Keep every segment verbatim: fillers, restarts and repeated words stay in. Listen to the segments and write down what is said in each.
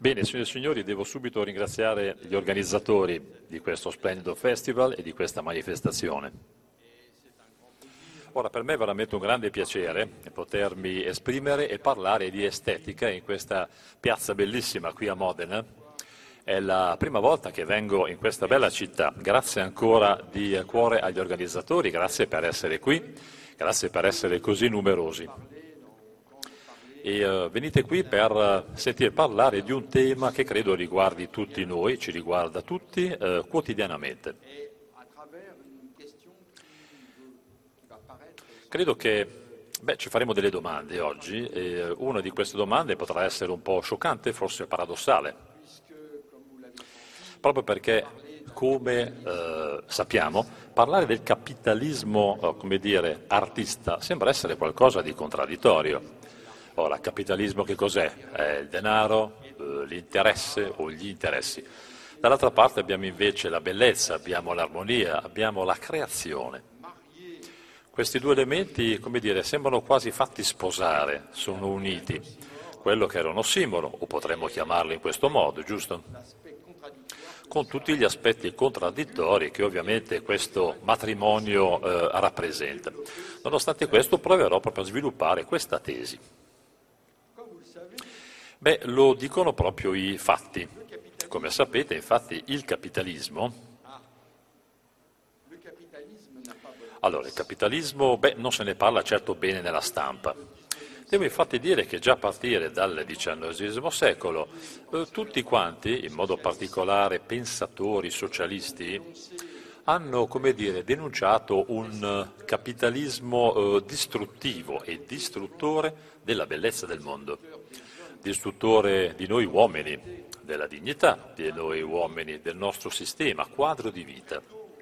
Bene, signore e signori, devo subito ringraziare gli organizzatori di questo splendido festival e di questa manifestazione. Ora, per me è veramente un grande piacere potermi esprimere e parlare di estetica in questa piazza bellissima qui a Modena. È la prima volta che vengo in questa bella città. Grazie ancora di cuore agli organizzatori, grazie per essere qui, grazie per essere così numerosi. E uh, venite qui per uh, sentire parlare di un tema che credo riguardi tutti noi, ci riguarda tutti uh, quotidianamente. Credo che beh, ci faremo delle domande oggi e uh, una di queste domande potrà essere un po' scioccante, forse paradossale, proprio perché, come uh, sappiamo, parlare del capitalismo, uh, come dire, artista sembra essere qualcosa di contraddittorio. Ora, capitalismo che cos'è? È il denaro, eh, l'interesse o gli interessi. Dall'altra parte abbiamo invece la bellezza, abbiamo l'armonia, abbiamo la creazione. Questi due elementi, come dire, sembrano quasi fatti sposare, sono uniti. Quello che era un ossimoro, o potremmo chiamarlo in questo modo, giusto? Con tutti gli aspetti contraddittori che ovviamente questo matrimonio eh, rappresenta. Nonostante questo proverò proprio a sviluppare questa tesi. Beh, lo dicono proprio i fatti. Come sapete, infatti, il capitalismo... Allora, il capitalismo, beh, non se ne parla certo bene nella stampa. Devo infatti dire che già a partire dal diciannovesimo secolo, eh, tutti quanti, in modo particolare pensatori socialisti, hanno, come dire, denunciato un capitalismo eh, distruttivo e distruttore della bellezza del mondo. Distruttore di noi uomini, della dignità di noi uomini, del nostro sistema, quadro di vita.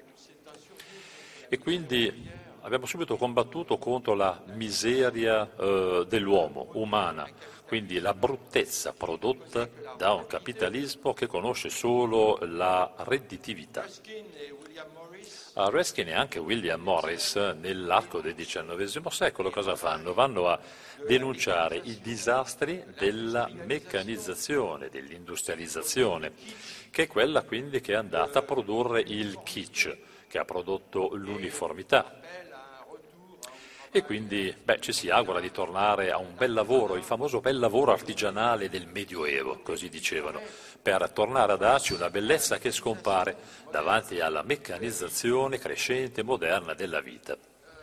E quindi abbiamo subito combattuto contro la miseria eh, dell'uomo, umana, quindi la bruttezza prodotta da un capitalismo che conosce solo la redditività. A Ruskin e anche William Morris, nell'arco del diciannovesimo secolo, cosa fanno? Vanno a denunciare i disastri della meccanizzazione, dell'industrializzazione, che è quella quindi che è andata a produrre il kitsch, che ha prodotto l'uniformità. E quindi beh, ci si augura di tornare a un bel lavoro, il famoso bel lavoro artigianale del Medioevo, così dicevano, per tornare a darci una bellezza che scompare davanti alla meccanizzazione crescente e moderna della vita.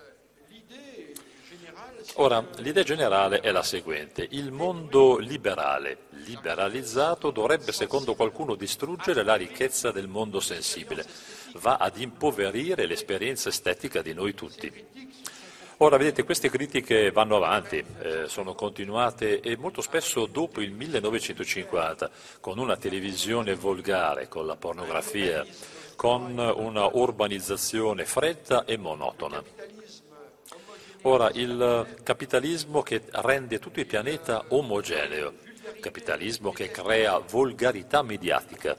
Ora, l'idea generale è la seguente: il mondo liberale, liberalizzato, dovrebbe, secondo qualcuno, distruggere la ricchezza del mondo sensibile, va ad impoverire l'esperienza estetica di noi tutti. Ora, vedete, queste critiche vanno avanti, eh, sono continuate e molto spesso dopo il millenovecentocinquanta, con una televisione volgare, con la pornografia, con una urbanizzazione fredda e monotona. Ora, il capitalismo che rende tutto il pianeta omogeneo, capitalismo che crea volgarità mediatica,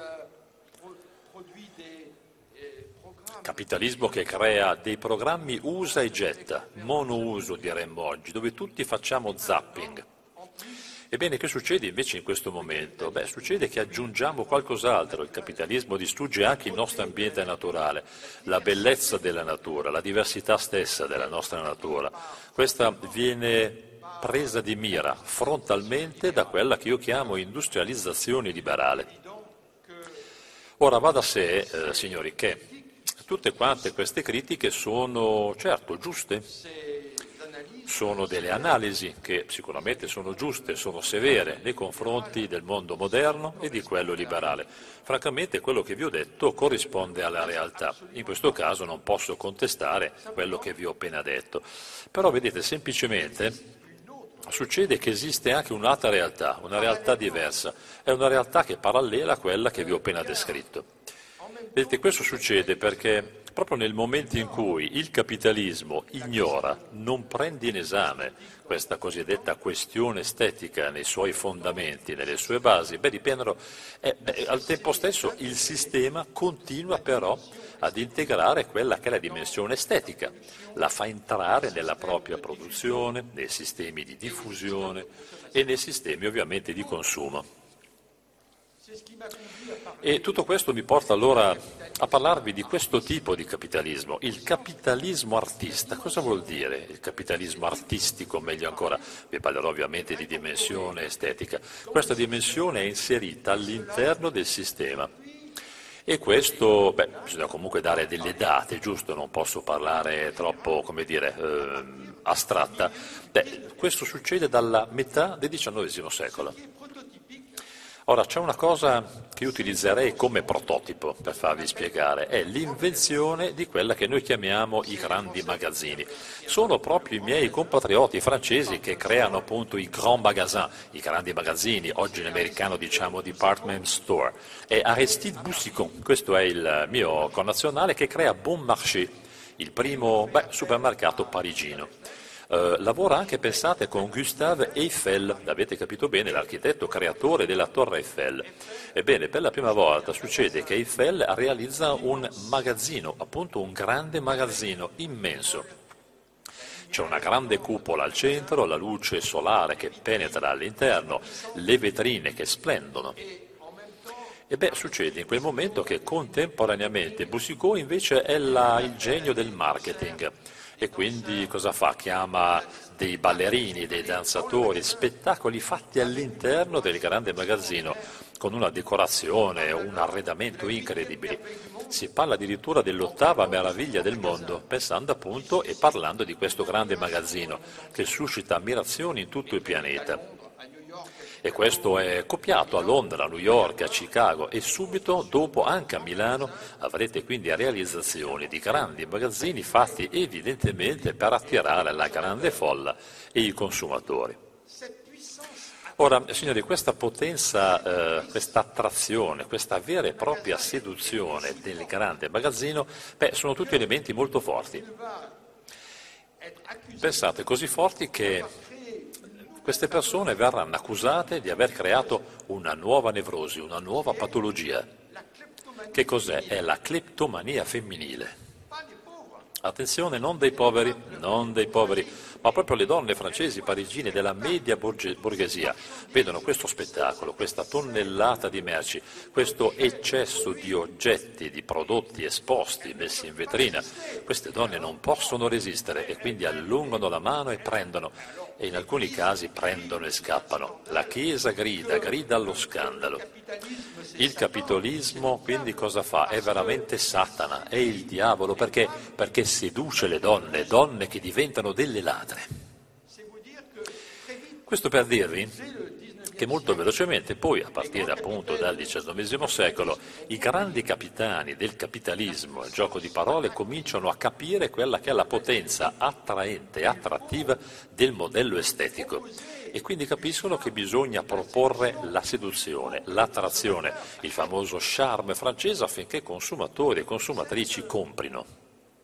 capitalismo che crea dei programmi usa e getta, monouso diremmo oggi, dove tutti facciamo zapping. Ebbene, che succede invece in questo momento? Beh, succede che aggiungiamo qualcos'altro, il capitalismo distrugge anche il nostro ambiente naturale, la bellezza della natura, la diversità stessa della nostra natura. Questa viene presa di mira frontalmente da quella che io chiamo industrializzazione liberale. Ora va da sé, eh, signori, che tutte quante queste critiche sono, certo, giuste, sono delle analisi che sicuramente sono giuste, sono severe nei confronti del mondo moderno e di quello liberale. Francamente quello che vi ho detto corrisponde alla realtà. In questo caso non posso contestare quello che vi ho appena detto. Però vedete, semplicemente succede che esiste anche un'altra realtà, una realtà diversa. È una realtà che è parallela a quella che vi ho appena descritto. Vedete, questo succede perché proprio nel momento in cui il capitalismo ignora, non prende in esame questa cosiddetta questione estetica nei suoi fondamenti, nelle sue basi, beh, dipendono, eh, beh, al tempo stesso il sistema continua però ad integrare quella che è la dimensione estetica, la fa entrare nella propria produzione, nei sistemi di diffusione e nei sistemi ovviamente di consumo. E tutto questo mi porta allora a parlarvi di questo tipo di capitalismo, il capitalismo artista. Cosa vuol dire il capitalismo artistico, meglio ancora? Vi parlerò ovviamente di dimensione estetica. Questa dimensione è inserita all'interno del sistema. E questo, beh, bisogna comunque dare delle date, giusto? Non posso parlare troppo, come dire, eh, astratta. Beh, questo succede dalla metà del diciannovesimo secolo. Ora, c'è una cosa che io utilizzerei come prototipo per farvi spiegare, è l'invenzione di quella che noi chiamiamo i grandi magazzini. Sono proprio i miei compatrioti francesi che creano appunto i grands magasins, i grandi magazzini, oggi in americano diciamo department store. È Aristide Boussicon, questo è il mio connazionale che crea Bon Marché, il primo beh, supermercato parigino. Uh, lavora anche, pensate, con Gustave Eiffel, avete capito bene, l'architetto creatore della Torre Eiffel. Ebbene, per la prima volta succede che Eiffel realizza un magazzino, appunto un grande magazzino immenso. C'è una grande cupola al centro, la luce solare che penetra all'interno, le vetrine che splendono. E beh, succede in quel momento che contemporaneamente Boussicon invece è la, il genio del marketing. E quindi cosa fa? Chiama dei ballerini, dei danzatori, spettacoli fatti all'interno del grande magazzino, con una decorazione, un arredamento incredibili. Si parla addirittura dell'ottava meraviglia del mondo, pensando appunto e parlando di questo grande magazzino, che suscita ammirazioni in tutto il pianeta. E questo è copiato a Londra, a New York, a Chicago e subito dopo anche a Milano avrete quindi realizzazioni di grandi magazzini fatti evidentemente per attirare la grande folla e i consumatori. Ora, signori, questa potenza, eh, questa attrazione, questa vera e propria seduzione del grande magazzino, beh, sono tutti elementi molto forti. Pensate, così forti che queste persone verranno accusate di aver creato una nuova nevrosi, una nuova patologia. Che cos'è? È la cleptomania femminile. Attenzione, non dei poveri, non dei poveri, ma proprio le donne francesi, parigine, della media borghesia, vedono questo spettacolo, questa tonnellata di merci, questo eccesso di oggetti, di prodotti esposti, messi in vetrina. Queste donne non possono resistere e quindi allungano la mano e prendono, e in alcuni casi prendono e scappano. La Chiesa grida, grida allo scandalo. Il capitalismo quindi cosa fa? È veramente Satana, è il diavolo, perché? Perché seduce le donne, donne che diventano delle ladre. Questo per dirvi che molto velocemente poi, a partire appunto dal diciannovesimo secolo, i grandi capitani del capitalismo, il gioco di parole, cominciano a capire quella che è la potenza attraente e attrattiva del modello estetico. E quindi capiscono che bisogna proporre la seduzione, l'attrazione, il famoso charme francese affinché consumatori e consumatrici comprino.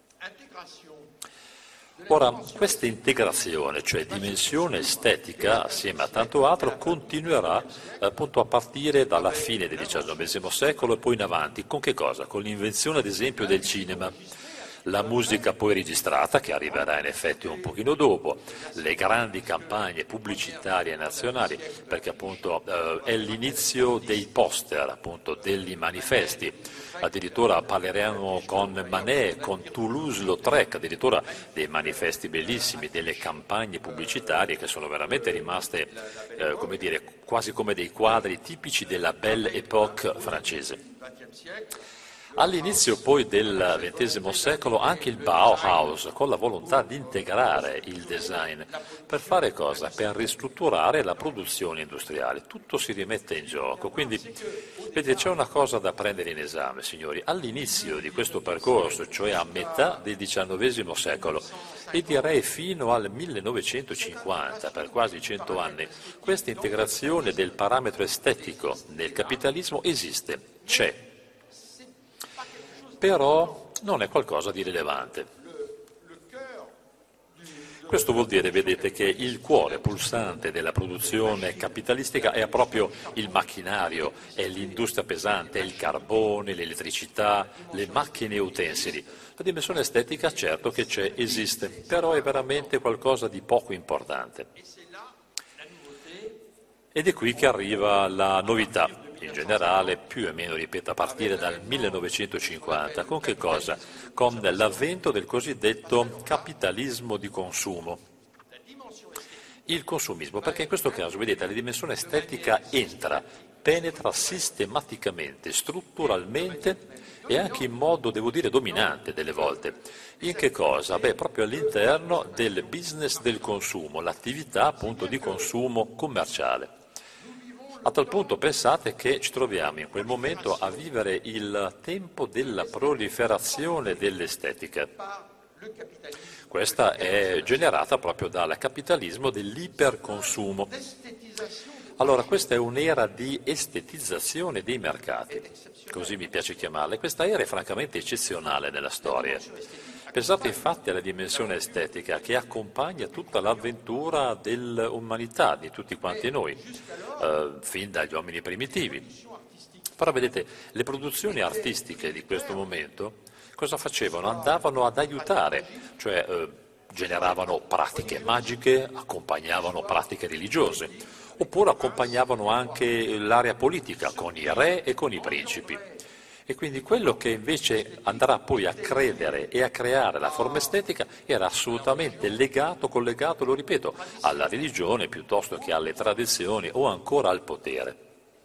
Ora, questa integrazione, cioè dimensione estetica, assieme a tanto altro, continuerà appunto a partire dalla fine del diciannovesimo secolo e poi in avanti. Con che cosa? Con l'invenzione, ad esempio, del cinema. La musica poi registrata, che arriverà in effetti un pochino dopo, le grandi campagne pubblicitarie nazionali, perché appunto eh, è l'inizio dei poster, appunto degli manifesti. Addirittura parleremo con Manet, con Toulouse-Lautrec, addirittura dei manifesti bellissimi, delle campagne pubblicitarie che sono veramente rimaste, eh, come dire, quasi come dei quadri tipici della Belle Époque francese. All'inizio poi del ventesimo secolo anche il Bauhaus, con la volontà di integrare il design, per fare cosa? Per ristrutturare la produzione industriale. Tutto si rimette in gioco, quindi vedete, c'è una cosa da prendere in esame, signori. All'inizio di questo percorso, cioè a metà del diciannovesimo secolo, e direi fino al millenovecentocinquanta, per quasi cento anni, questa integrazione del parametro estetico nel capitalismo esiste, c'è. Però non è qualcosa di rilevante. Questo vuol dire, vedete, che il cuore pulsante della produzione capitalistica è proprio il macchinario, è l'industria pesante, è il carbone, l'elettricità, le macchine e utensili. La dimensione estetica, certo che c'è, esiste, però è veramente qualcosa di poco importante. Ed è qui che arriva la novità. In generale, più o meno, ripeto, a partire dal millenovecentocinquanta. Con che cosa? Con l'avvento del cosiddetto capitalismo di consumo. Il consumismo, perché in questo caso, vedete, la dimensione estetica entra, penetra sistematicamente, strutturalmente e anche in modo, devo dire, dominante delle volte. In che cosa? Beh, proprio all'interno del business del consumo, l'attività appunto di consumo commerciale. A tal punto pensate che ci troviamo in quel momento a vivere il tempo della proliferazione dell'estetica. Questa è generata proprio dal capitalismo dell'iperconsumo. Allora, questa è un'era di estetizzazione dei mercati, così mi piace chiamarla. Questa era è francamente eccezionale nella storia. Pensate infatti alla dimensione estetica che accompagna tutta l'avventura dell'umanità, di tutti quanti noi, eh, fin dagli uomini primitivi. Però vedete, le produzioni artistiche di questo momento cosa facevano? Andavano ad aiutare, cioè eh, generavano pratiche magiche, accompagnavano pratiche religiose, oppure accompagnavano anche l'area politica con i re e con i principi. E quindi quello che invece andrà poi a credere e a creare la forma estetica era assolutamente legato, collegato, lo ripeto, alla religione piuttosto che alle tradizioni o ancora al potere.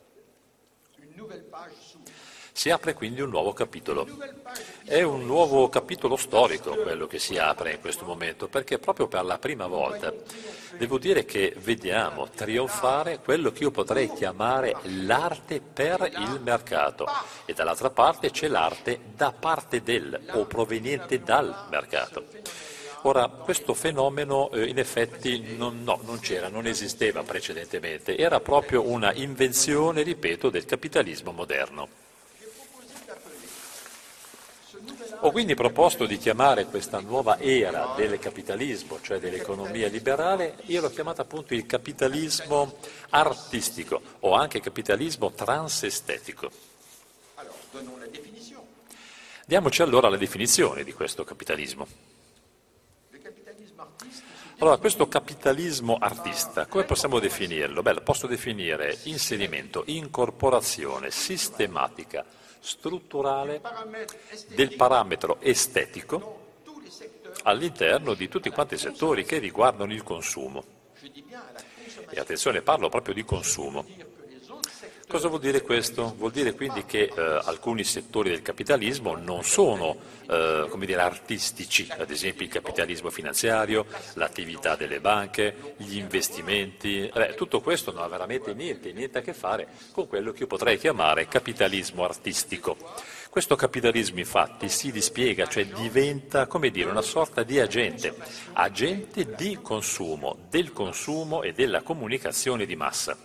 Si apre quindi un nuovo capitolo. È un nuovo capitolo storico quello che si apre in questo momento, perché proprio per la prima volta devo dire che vediamo trionfare quello che io potrei chiamare l'arte per il mercato e dall'altra parte c'è l'arte da parte del o proveniente dal mercato. Ora, questo fenomeno eh, in effetti non, no, non c'era, non esisteva precedentemente, era proprio una invenzione, ripeto, del capitalismo moderno. Ho quindi proposto di chiamare questa nuova era del capitalismo, cioè dell'economia liberale, io l'ho chiamata appunto il capitalismo artistico o anche capitalismo transestetico. Diamoci allora la definizione di questo capitalismo. Allora, questo capitalismo artista, come possiamo definirlo? Beh, lo posso definire inserimento, incorporazione sistematica, strutturale del parametro estetico all'interno di tutti quanti i settori che riguardano il consumo. E attenzione, parlo proprio di consumo. Cosa vuol dire questo? Vuol dire quindi che eh, alcuni settori del capitalismo non sono eh, come dire, artistici, ad esempio il capitalismo finanziario, l'attività delle banche, gli investimenti, eh, tutto questo non ha veramente niente, niente a che fare con quello che io potrei chiamare capitalismo artistico. Questo capitalismo infatti si dispiega, cioè diventa, come dire, una sorta di agente, agente di consumo, del consumo e della comunicazione di massa.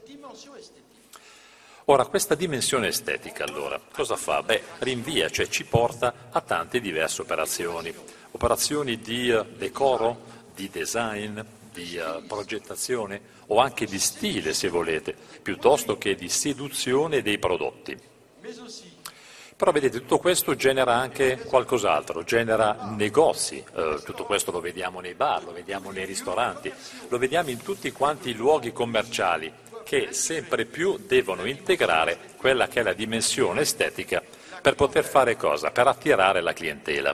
Ora, questa dimensione estetica, allora, cosa fa? Beh, rinvia, cioè ci porta a tante diverse operazioni. Operazioni di uh, decoro, di design, di uh, progettazione o anche di stile, se volete, piuttosto che di seduzione dei prodotti. Però vedete, tutto questo genera anche qualcos'altro, genera negozi, eh, tutto questo lo vediamo nei bar, lo vediamo nei ristoranti, lo vediamo in tutti quanti i luoghi commerciali, che sempre più devono integrare quella che è la dimensione estetica per poter fare cosa? Per attirare la clientela.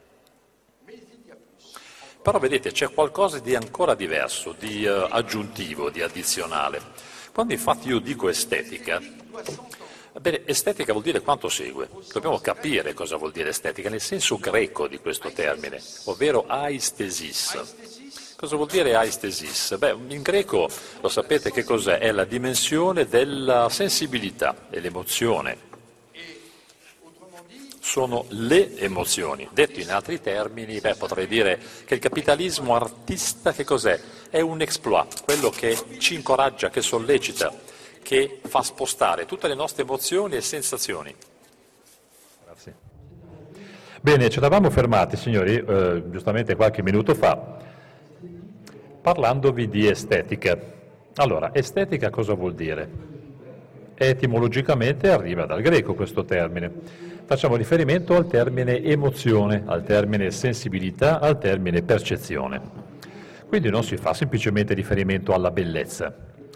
Però vedete, c'è qualcosa di ancora diverso, di uh, aggiuntivo, di addizionale. Quando infatti io dico estetica, bene, estetica vuol dire quanto segue. Dobbiamo capire cosa vuol dire estetica nel senso greco di questo termine, ovvero aistesis. Cosa vuol dire aistesis? Beh, in greco lo sapete che cos'è? È la dimensione della sensibilità, dell'emozione. Sono le emozioni. Detto in altri termini, beh, potrei dire che il capitalismo artista che cos'è? È un exploit, quello che ci incoraggia, che sollecita, che fa spostare tutte le nostre emozioni e sensazioni. Grazie. Bene, ci eravamo fermati, signori, eh, giustamente qualche minuto fa, parlandovi di estetica. Allora, estetica cosa vuol dire? Etimologicamente arriva dal greco questo termine. Facciamo riferimento al termine emozione, al termine sensibilità, al termine percezione. Quindi non si fa semplicemente riferimento alla bellezza.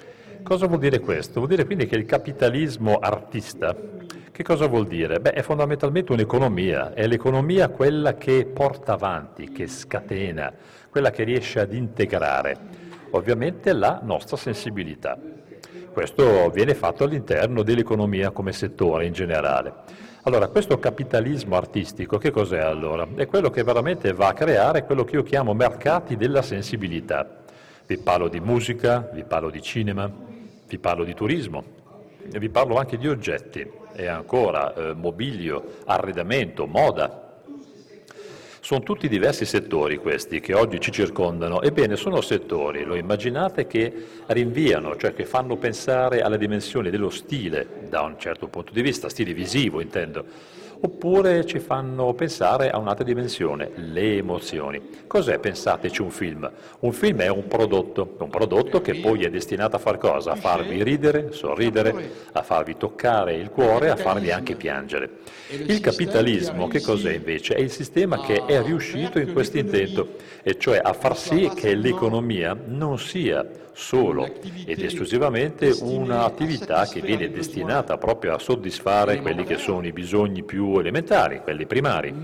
Cosa vuol dire questo? Vuol dire quindi che il capitalismo artista, che cosa vuol dire? Beh, è fondamentalmente un'economia, è l'economia quella che porta avanti, che scatena, quella che riesce ad integrare, ovviamente, la nostra sensibilità. Questo viene fatto all'interno dell'economia come settore in generale. Allora, questo capitalismo artistico, che cos'è allora? È quello che veramente va a creare quello che io chiamo mercati della sensibilità. Vi parlo di musica, vi parlo di cinema, vi parlo di turismo, e vi parlo anche di oggetti, e ancora eh, mobilio, arredamento, moda. Sono tutti diversi settori questi che oggi ci circondano. Ebbene, sono settori, lo immaginate, che rinviano, cioè che fanno pensare alle dimensioni dello stile da un certo punto di vista, stile visivo intendo, oppure ci fanno pensare a un'altra dimensione, le emozioni. Cos'è, pensateci, un film? Un film è un prodotto, un prodotto che poi è destinato a far cosa? A farvi ridere, sorridere, a farvi toccare il cuore, a farvi anche piangere. Il capitalismo, che cos'è invece? È il sistema che è riuscito in questo intento, e cioè a far sì che l'economia non sia solo ed esclusivamente un'attività che viene destinata proprio a soddisfare quelli che sono i bisogni più elementari, quelli primari.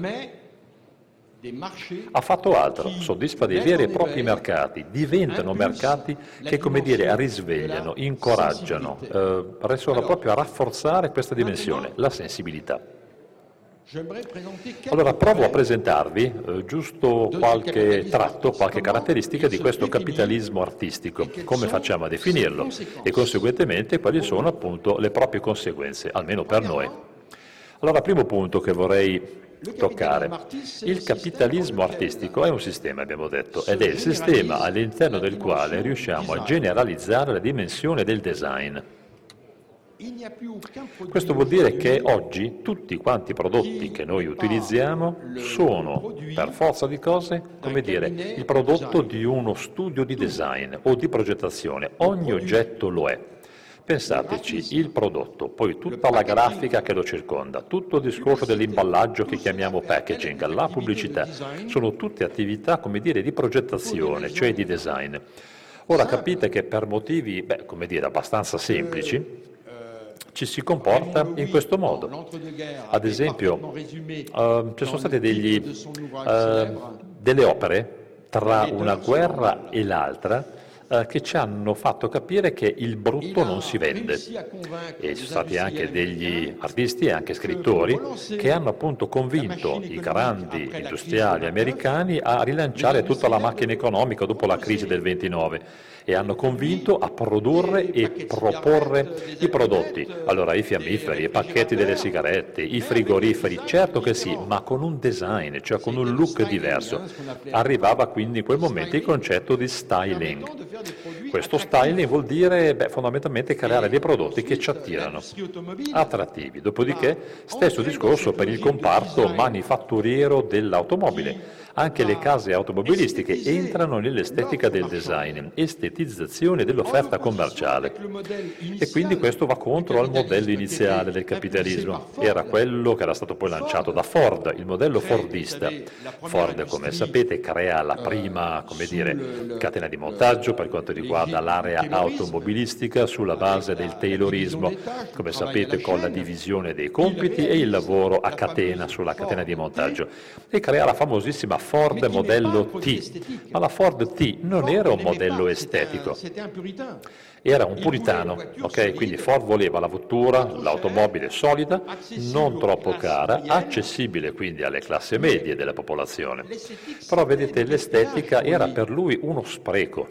Ha fatto altro, soddisfa dei veri e propri mercati, diventano mercati che, come dire, risvegliano, incoraggiano, eh, riescono proprio a rafforzare questa dimensione, la sensibilità. Allora provo a presentarvi eh, giusto qualche tratto, qualche caratteristica di questo capitalismo artistico, come facciamo a definirlo e conseguentemente quali sono appunto le proprie conseguenze, almeno per noi. Allora, primo punto che vorrei toccare. Il capitalismo artistico è un sistema, abbiamo detto, ed è il sistema all'interno del quale riusciamo a generalizzare la dimensione del design. Questo vuol dire che oggi tutti quanti i prodotti che noi utilizziamo sono, per forza di cose, come dire, il prodotto di uno studio di design o di progettazione. Ogni oggetto lo è. Pensateci, il prodotto, poi tutta la grafica che lo circonda, tutto il discorso dell'imballaggio che chiamiamo packaging, la pubblicità, sono tutte attività, come dire, di progettazione, cioè di design. Ora capite che per motivi, beh, come dire, abbastanza semplici, ci si comporta in questo modo. Ad esempio, uh, ci sono state degli, uh, delle opere tra una guerra e l'altra uh, che ci hanno fatto capire che il brutto non si vende. E ci sono stati anche degli artisti e anche scrittori che hanno appunto convinto i grandi industriali americani a rilanciare tutta la macchina economica dopo la crisi del ventinove. E hanno convinto a produrre e proporre i prodotti. Allora, i fiammiferi, i pacchetti delle sigarette, i frigoriferi, certo che sì, ma con un design, cioè con un look diverso. Arrivava quindi in quel momento il concetto di styling. Questo styling vuol dire, beh, fondamentalmente creare dei prodotti che ci attirano, attrattivi. Dopodiché, stesso discorso per il comparto manifatturiero dell'automobile. Anche le case automobilistiche entrano nell'estetica del design, estetizzazione dell'offerta commerciale. E quindi questo va contro al modello iniziale del capitalismo. Era quello che era stato poi lanciato da Ford, il modello fordista. Ford, come sapete, crea la prima, come dire, catena di montaggio per quanto riguarda l'area automobilistica sulla base del taylorismo, come sapete, con la divisione dei compiti e il lavoro a catena sulla catena di montaggio. E crea la famosissima Ford modello T, ma la Ford T non era un modello estetico, era un puritano, ok? Quindi Ford voleva la vettura, l'automobile solida, non troppo cara, accessibile quindi alle classi medie della popolazione. Però vedete, l'estetica era per lui uno spreco.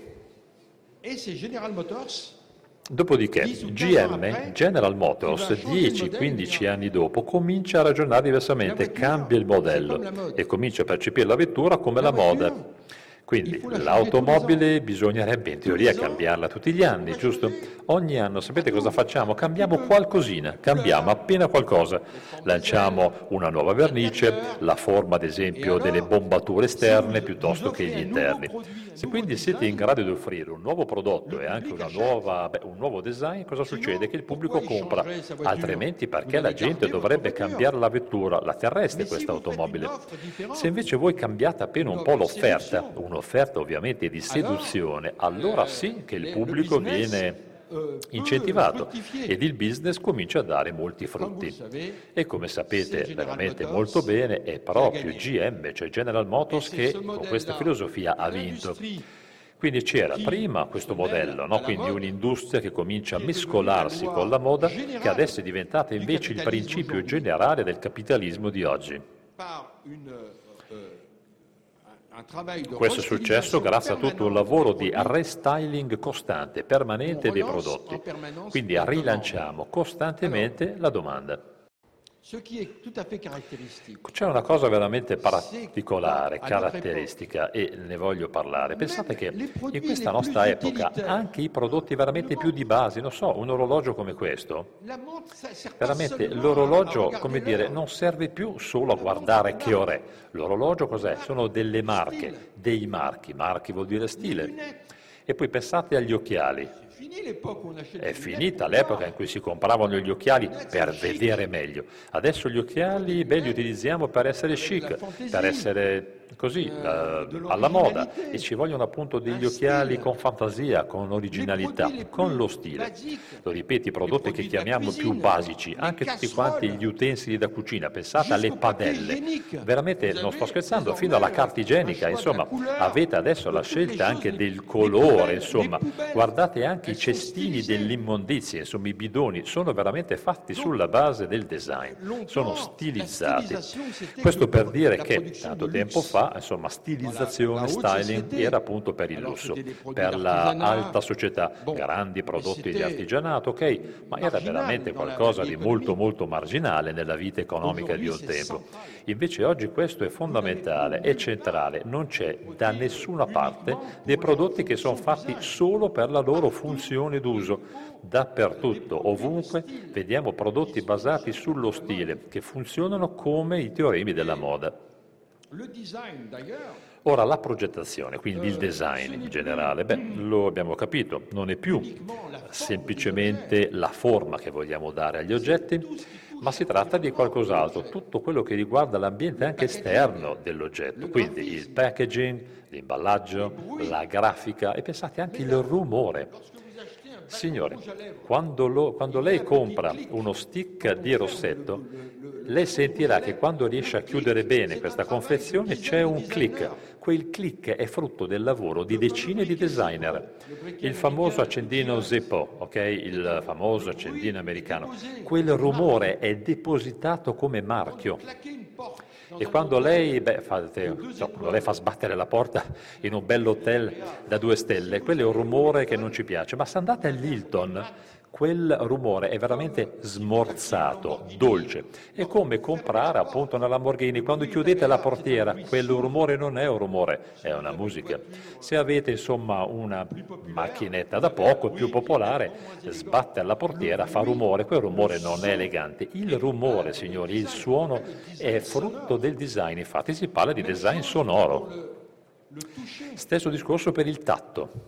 Dopodiché G M, General Motors, dieci quindici anni dopo, comincia a ragionare diversamente, cambia il modello e comincia a percepire la vettura come la moda. Quindi l'automobile bisognerebbe in teoria cambiarla tutti gli anni, giusto? Ogni anno, sapete cosa facciamo? Cambiamo qualcosina, cambiamo appena qualcosa. Lanciamo una nuova vernice, la forma ad esempio delle bombature esterne piuttosto che gli interni. Se quindi siete in grado di offrire un nuovo prodotto e anche una nuova, beh, un nuovo design, cosa succede? Che il pubblico compra, altrimenti perché la gente dovrebbe cambiare la vettura, la terrestre questa automobile. Se invece voi cambiate appena un po' l'offerta, un'offerta ovviamente di seduzione, allora sì che il pubblico viene incentivato ed il business comincia a dare molti frutti. E come sapete veramente molto bene è proprio G M, cioè General Motors, che con questa filosofia ha vinto. Quindi c'era prima questo modello, no? Quindi un'industria che comincia a mescolarsi con la moda, che adesso è diventata invece il principio generale del capitalismo di oggi. Questo è successo grazie a tutto un lavoro di restyling costante, permanente dei prodotti. Quindi rilanciamo costantemente la domanda. C'è una cosa veramente particolare, caratteristica, e ne voglio parlare. Pensate che in questa nostra epoca anche i prodotti veramente più di base, non so, un orologio come questo, veramente l'orologio, come dire, non serve più solo a guardare che ora è. L'orologio cos'è? Sono delle marche, dei marchi, marchi vuol dire stile. E poi pensate agli occhiali. È finita l'epoca in cui si compravano gli occhiali per vedere meglio. Adesso gli occhiali, beh, li utilizziamo per essere chic, per essere così, eh, alla moda, e ci vogliono appunto degli occhiali con fantasia, con originalità, con lo stile. Lo ripeto, i prodotti che chiamiamo più basici, anche tutti quanti gli utensili da cucina, pensate alle padelle, veramente non sto scherzando, fino alla carta igienica, insomma, avete adesso la scelta anche del colore, insomma, guardate anche i cestini dell'immondizia, insomma i bidoni, sono veramente fatti sulla base del design, sono stilizzati. Questo per dire che tanto tempo fa, insomma, stilizzazione, styling era appunto per il lusso, per la alta società, grandi prodotti di artigianato, ok, ma era veramente qualcosa di molto molto marginale nella vita economica di un tempo. Invece oggi questo è fondamentale, è centrale, non c'è da nessuna parte dei prodotti che sono fatti solo per la loro funzione d'uso. Dappertutto, ovunque, vediamo prodotti basati sullo stile, che funzionano come i teoremi della moda. Ora, la progettazione, quindi il design in generale, beh, lo abbiamo capito, non è più semplicemente la forma che vogliamo dare agli oggetti, ma si tratta di qualcos'altro, tutto quello che riguarda l'ambiente anche esterno dell'oggetto, quindi il packaging, l'imballaggio, la grafica e pensate anche il rumore. Signore, quando, lo, quando lei compra uno stick di rossetto, lei sentirà che quando riesce a chiudere bene questa confezione c'è un click. Quel click è frutto del lavoro di decine di designer. Il famoso accendino Zippo, ok? Il famoso accendino americano. Quel rumore è depositato come marchio. E quando lei, beh, fate, no, quando lei fa sbattere la porta in un bell'hotel da due stelle, quello è un rumore che non ci piace, ma se andate all'Hilton, quel rumore è veramente smorzato, dolce. È come comprare appunto una Lamborghini, quando chiudete la portiera, quel rumore non è un rumore, è una musica. Se avete insomma una macchinetta da poco, più popolare, sbatte alla portiera, fa rumore, quel rumore non è elegante. Il rumore, signori, il suono è frutto del design, infatti si parla di design sonoro. Stesso discorso per il tatto.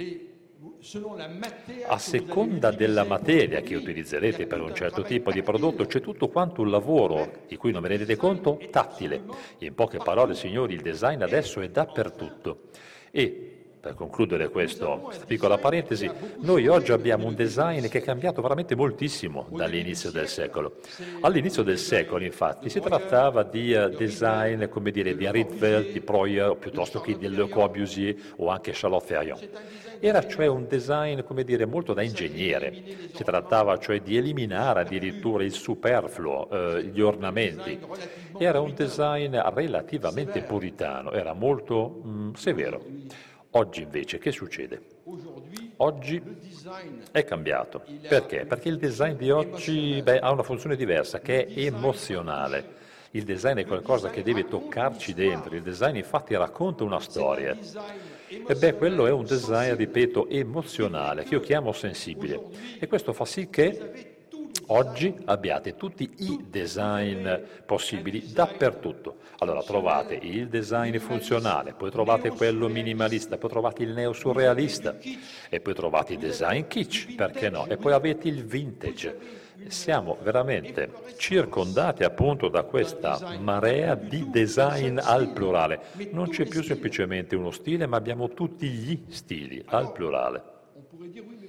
A seconda della materia che utilizzerete per un certo tipo di prodotto c'è tutto quanto un lavoro, di cui non vi rendete conto, tattile. In poche parole, signori, il design adesso è dappertutto. E per concludere questo, questa piccola parentesi, noi oggi abbiamo un design che è cambiato veramente moltissimo dall'inizio del secolo. All'inizio del secolo, infatti, si trattava di uh, design, come dire, di Rietveld, di Breuer, piuttosto che di Le Corbusier o anche Charlotte Ferriand. Era cioè un design, come dire, molto da ingegnere. Si trattava cioè di eliminare addirittura il superfluo, eh, gli ornamenti. Era un design relativamente puritano, era molto mh, severo. Oggi invece che succede? Oggi è cambiato. Perché? Perché il design di oggi beh, ha una funzione diversa, che è emozionale. Il design è qualcosa che deve toccarci dentro, il design infatti racconta una storia. E beh, quello è un design, ripeto, emozionale, che io chiamo sensibile. E questo fa sì che oggi abbiate tutti i design possibili dappertutto. Allora trovate il design funzionale, poi trovate quello minimalista, poi trovate il neo-surrealista, e poi trovate il design kitsch, perché no? E poi avete il vintage. Siamo veramente circondati appunto da questa marea di design al plurale. Non c'è più semplicemente uno stile, ma abbiamo tutti gli stili al plurale.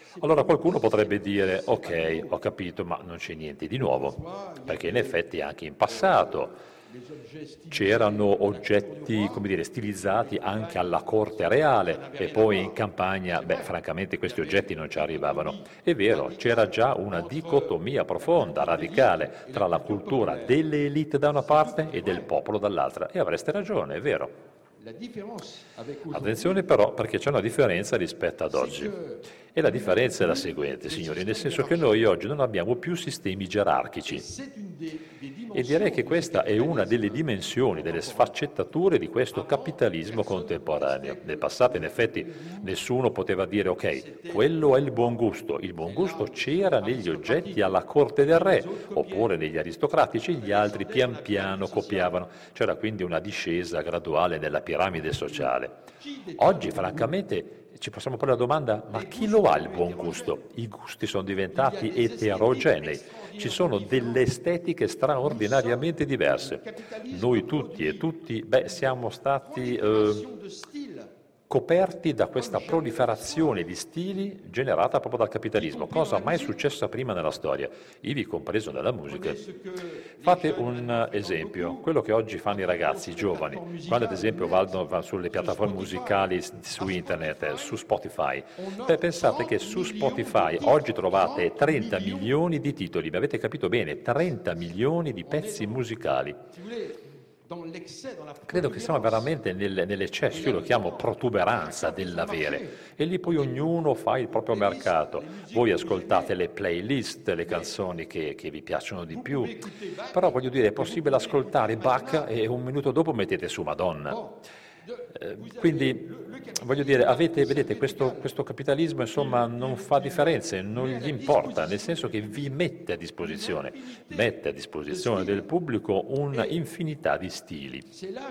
Allora qualcuno potrebbe dire, ok, ho capito, ma non c'è niente di nuovo, perché in effetti anche in passato c'erano oggetti, come dire, stilizzati anche alla corte reale e poi in campagna, beh, francamente questi oggetti non ci arrivavano. È vero, c'era già una dicotomia profonda, radicale, tra la cultura delle elite da una parte e del popolo dall'altra. E avreste ragione, è vero. Attenzione però, perché c'è una differenza rispetto ad oggi. E la differenza è la seguente, signori, nel senso che noi oggi non abbiamo più sistemi gerarchici. E direi che questa è una delle dimensioni, delle sfaccettature di questo capitalismo contemporaneo. Nel passato, in effetti, nessuno poteva dire, ok, quello è il buon gusto. Il buon gusto c'era negli oggetti alla corte del re, oppure negli aristocratici, gli altri pian piano copiavano. C'era quindi una discesa graduale nella piramide sociale. Oggi, francamente, ci possiamo porre la domanda, ma chi lo ha il buon gusto? I gusti sono diventati eterogenei, ci sono delle estetiche straordinariamente diverse. Noi tutti e tutti, beh, siamo stati eh, coperti da questa proliferazione di stili generata proprio dal capitalismo, cosa mai successa prima nella storia, ivi compreso nella musica. Fate un esempio, quello che oggi fanno i ragazzi, i giovani, quando ad esempio vanno, vanno sulle piattaforme musicali, su internet, su Spotify, beh, pensate che su Spotify oggi trovate trenta milioni di titoli, mi avete capito bene, trenta milioni di pezzi musicali. Credo che siamo veramente nel, nell'eccesso, io lo chiamo protuberanza dell'avere, e lì poi ognuno fa il proprio mercato. Voi ascoltate le playlist, le canzoni che, che vi piacciono di più, però voglio dire, è possibile ascoltare Bach e un minuto dopo mettete su Madonna. Eh, quindi, voglio dire, avete, vedete, questo, questo capitalismo insomma non fa differenze, non gli importa, nel senso che vi mette a disposizione, mette a disposizione del pubblico un'infinità di stili.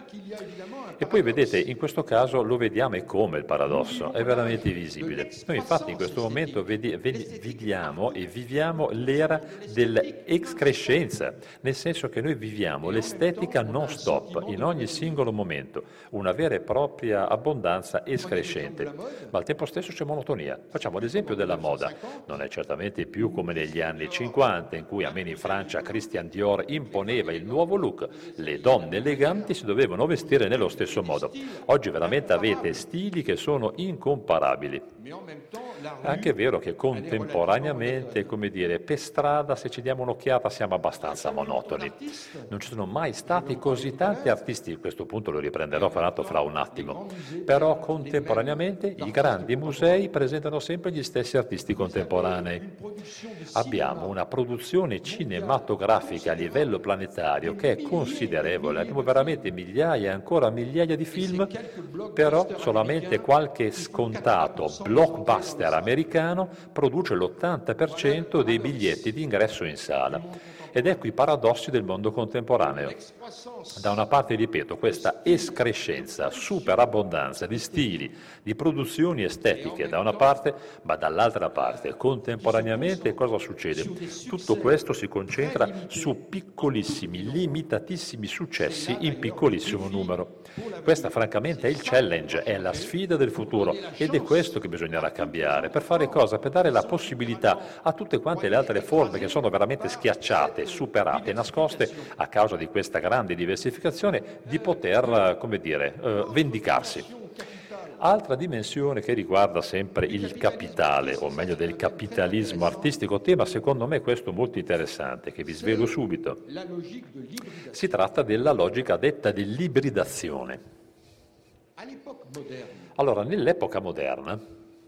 E poi vedete, in questo caso lo vediamo e come il paradosso, è veramente visibile. Noi infatti in questo momento vedi, vedi, vediamo e viviamo l'era dell'excrescenza, nel senso che noi viviamo l'estetica non stop in ogni singolo momento, una vera e propria abbondanza escrescente, ma al tempo stesso c'è monotonia. Facciamo l'esempio della moda, non è certamente più come negli anni cinquanta in cui almeno in Francia Christian Dior imponeva il nuovo look, le donne eleganti si dovevano vestire nello stesso modo. Oggi veramente avete stili che sono incomparabili. È anche vero che contemporaneamente, come dire, per strada se ci diamo un'occhiata siamo abbastanza monotoni. Non ci sono mai stati così tanti artisti, a questo punto lo riprenderò fra l'altro fra un attimo, però contemporaneamente i grandi musei presentano sempre gli stessi artisti contemporanei. Abbiamo una produzione cinematografica a livello planetario che è considerevole, abbiamo veramente migliaia e ancora migliaia di film, però solamente qualche scontato blockbuster americano produce l'ottanta per cento dei biglietti di ingresso in sala. Ed ecco i paradossi del mondo contemporaneo. Da una parte, ripeto, questa escrescenza, superabbondanza di stili, di produzioni estetiche da una parte, ma dall'altra parte, contemporaneamente, cosa succede? Tutto questo si concentra su piccolissimi, limitatissimi successi in piccolissimo numero. Questa francamente è il challenge, è la sfida del futuro ed è questo che bisognerà cambiare. Per fare cosa? Per dare la possibilità a tutte quante le altre forme che sono veramente schiacciate, superate, nascoste a causa di questa grande diversificazione, di poter, come dire, eh, vendicarsi. Altra dimensione che riguarda sempre il capitale, o meglio del capitalismo artistico, tema secondo me questo molto interessante, che vi svelo subito. Si tratta della logica detta dell'ibridazione. Allora, nell'epoca moderna,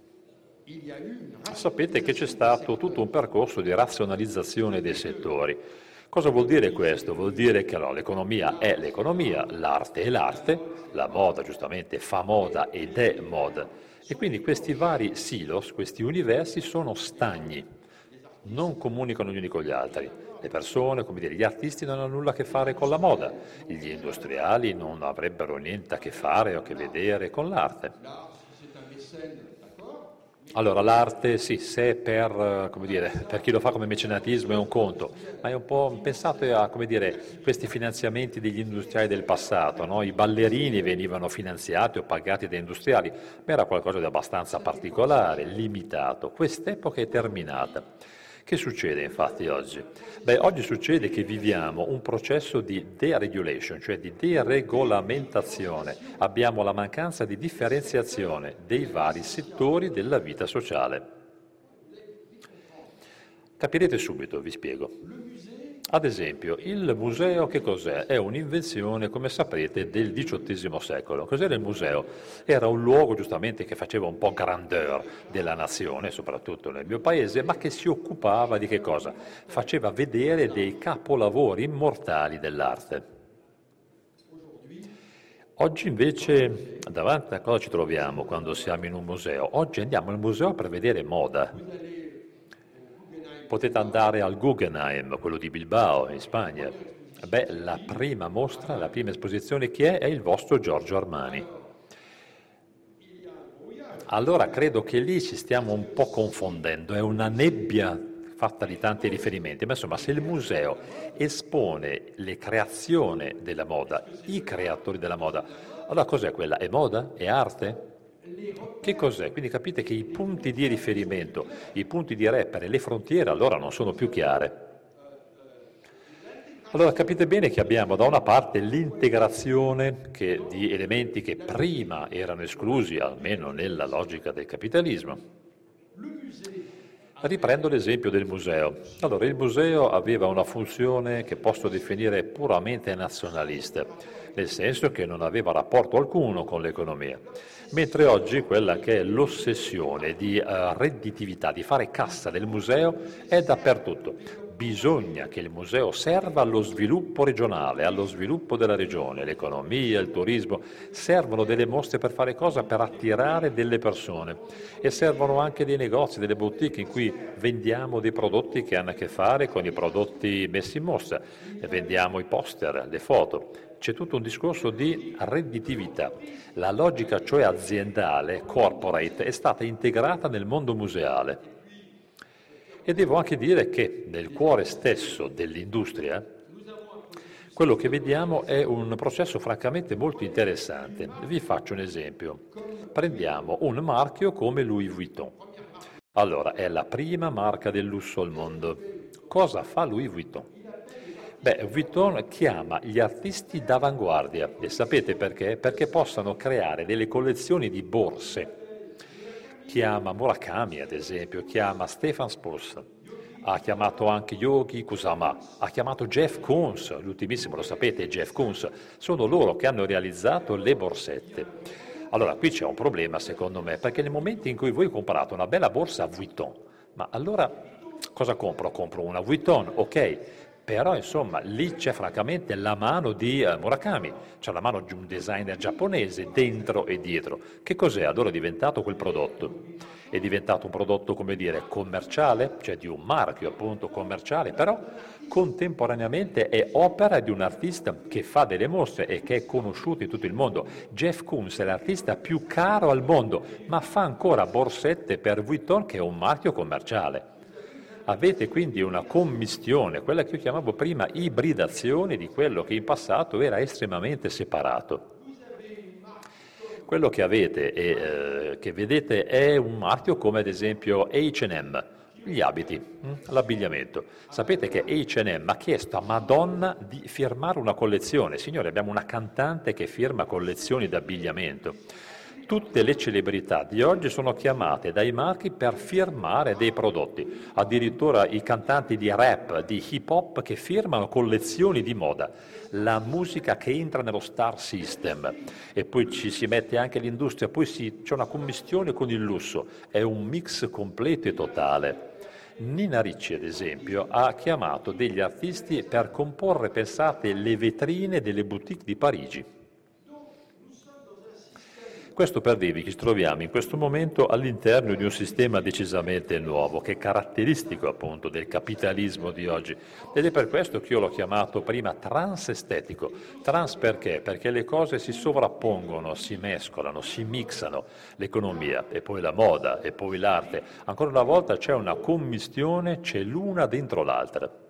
sapete che c'è stato tutto un percorso di razionalizzazione dei settori. Cosa vuol dire questo? Vuol dire che allora, l'economia è l'economia, l'arte è l'arte, la moda giustamente fa moda ed è moda. E quindi questi vari silos, questi universi sono stagni, non comunicano gli uni con gli altri. Le persone, come dire, gli artisti non hanno nulla a che fare con la moda, gli industriali non avrebbero niente a che fare o a che vedere con l'arte. Allora, l'arte, sì, se per, eh, come dire, per chi lo fa come mecenatismo è un conto, ma è un po' pensate a, come dire, questi finanziamenti degli industriali del passato, no? I ballerini venivano finanziati o pagati da industriali, ma era qualcosa di abbastanza particolare, limitato. Quest'epoca è terminata. Che succede infatti oggi? Beh, oggi succede che viviamo un processo di deregulation, cioè di deregolamentazione. Abbiamo la mancanza di differenziazione dei vari settori della vita sociale. Capirete subito, vi spiego. Ad esempio, il museo che cos'è? È un'invenzione, come saprete, del diciottesimo secolo. Cos'era il museo? Era un luogo, giustamente, che faceva un po' grandeur della nazione, soprattutto nel mio paese, ma che si occupava di che cosa? Faceva vedere dei capolavori immortali dell'arte. Oggi invece, davanti a cosa ci troviamo quando siamo in un museo? Oggi andiamo al museo per vedere moda. Potete andare al Guggenheim, quello di Bilbao, in Spagna. Beh, la prima mostra, la prima esposizione che è, è il vostro Giorgio Armani. Allora credo che lì ci stiamo un po' confondendo, è una nebbia fatta di tanti riferimenti, ma insomma se il museo espone le creazioni della moda, i creatori della moda, allora cos'è quella? È moda? È arte? Che cos'è? Quindi capite che i punti di riferimento, i punti di repere, le frontiere allora non sono più chiare. Allora capite bene che abbiamo da una parte l'integrazione che, di elementi che prima erano esclusi, almeno nella logica del capitalismo. Riprendo l'esempio del museo. Allora, il museo aveva una funzione che posso definire puramente nazionalista, nel senso che non aveva rapporto alcuno con l'economia, mentre oggi quella che è l'ossessione di uh, redditività, di fare cassa del museo è dappertutto. Bisogna che il museo serva allo sviluppo regionale, allo sviluppo della regione, l'economia, il turismo, servono delle mostre per fare cosa? Per attirare delle persone e servono anche dei negozi, delle boutique in cui vendiamo dei prodotti che hanno a che fare con i prodotti messi in mostra, e vendiamo i poster, le foto. C'è tutto un discorso di redditività. La logica cioè aziendale, corporate, è stata integrata nel mondo museale. E devo anche dire che nel cuore stesso dell'industria quello che vediamo è un processo francamente molto interessante. Vi faccio un esempio. Prendiamo un marchio come Louis Vuitton. Allora, è la prima marca del lusso al mondo. Cosa fa Louis Vuitton? Beh, Vuitton chiama gli artisti d'avanguardia e sapete perché? Perché possano creare delle collezioni di borse. Chiama Murakami, ad esempio, chiama Stefan Spurs, ha chiamato anche Yohji Kusama, ha chiamato Jeff Koons, l'ultimissimo lo sapete, Jeff Koons, sono loro che hanno realizzato le borsette. Allora, qui c'è un problema secondo me, perché nel momento in cui voi comprate una bella borsa Vuitton, ma allora cosa compro? Compro una Vuitton, ok, però insomma lì c'è francamente la mano di uh, Murakami, c'è la mano di un designer giapponese dentro e dietro. Che cos'è allora diventato quel prodotto? È diventato un prodotto, come dire, commerciale, cioè di un marchio appunto commerciale, però contemporaneamente è opera di un artista che fa delle mostre e che è conosciuto in tutto il mondo. Jeff Koons è l'artista più caro al mondo, ma fa ancora borsette per Vuitton che è un marchio commerciale. Avete quindi una commistione, quella che io chiamavo prima ibridazione di quello che in passato era estremamente separato. Quello che avete e eh, che vedete è un marchio come ad esempio acca e emme, gli abiti, l'abbigliamento. Sapete che acca e emme ha chiesto a Madonna di firmare una collezione. Signore, abbiamo una cantante che firma collezioni d'abbigliamento. Tutte le celebrità di oggi sono chiamate dai marchi per firmare dei prodotti, addirittura i cantanti di rap, di hip hop che firmano collezioni di moda, la musica che entra nello star system e poi ci si mette anche l'industria, poi si, c'è una commistione con il lusso, è un mix completo e totale. Nina Ricci, ad esempio, ha chiamato degli artisti per comporre, pensate, le vetrine delle boutique di Parigi. Questo per dirvi che ci troviamo in questo momento all'interno di un sistema decisamente nuovo, che è caratteristico appunto del capitalismo di oggi. Ed è per questo che io l'ho chiamato prima transestetico. Trans perché? Perché le cose si sovrappongono, si mescolano, si mixano. L'economia, e poi la moda, e poi l'arte. Ancora una volta c'è una commistione, c'è l'una dentro l'altra.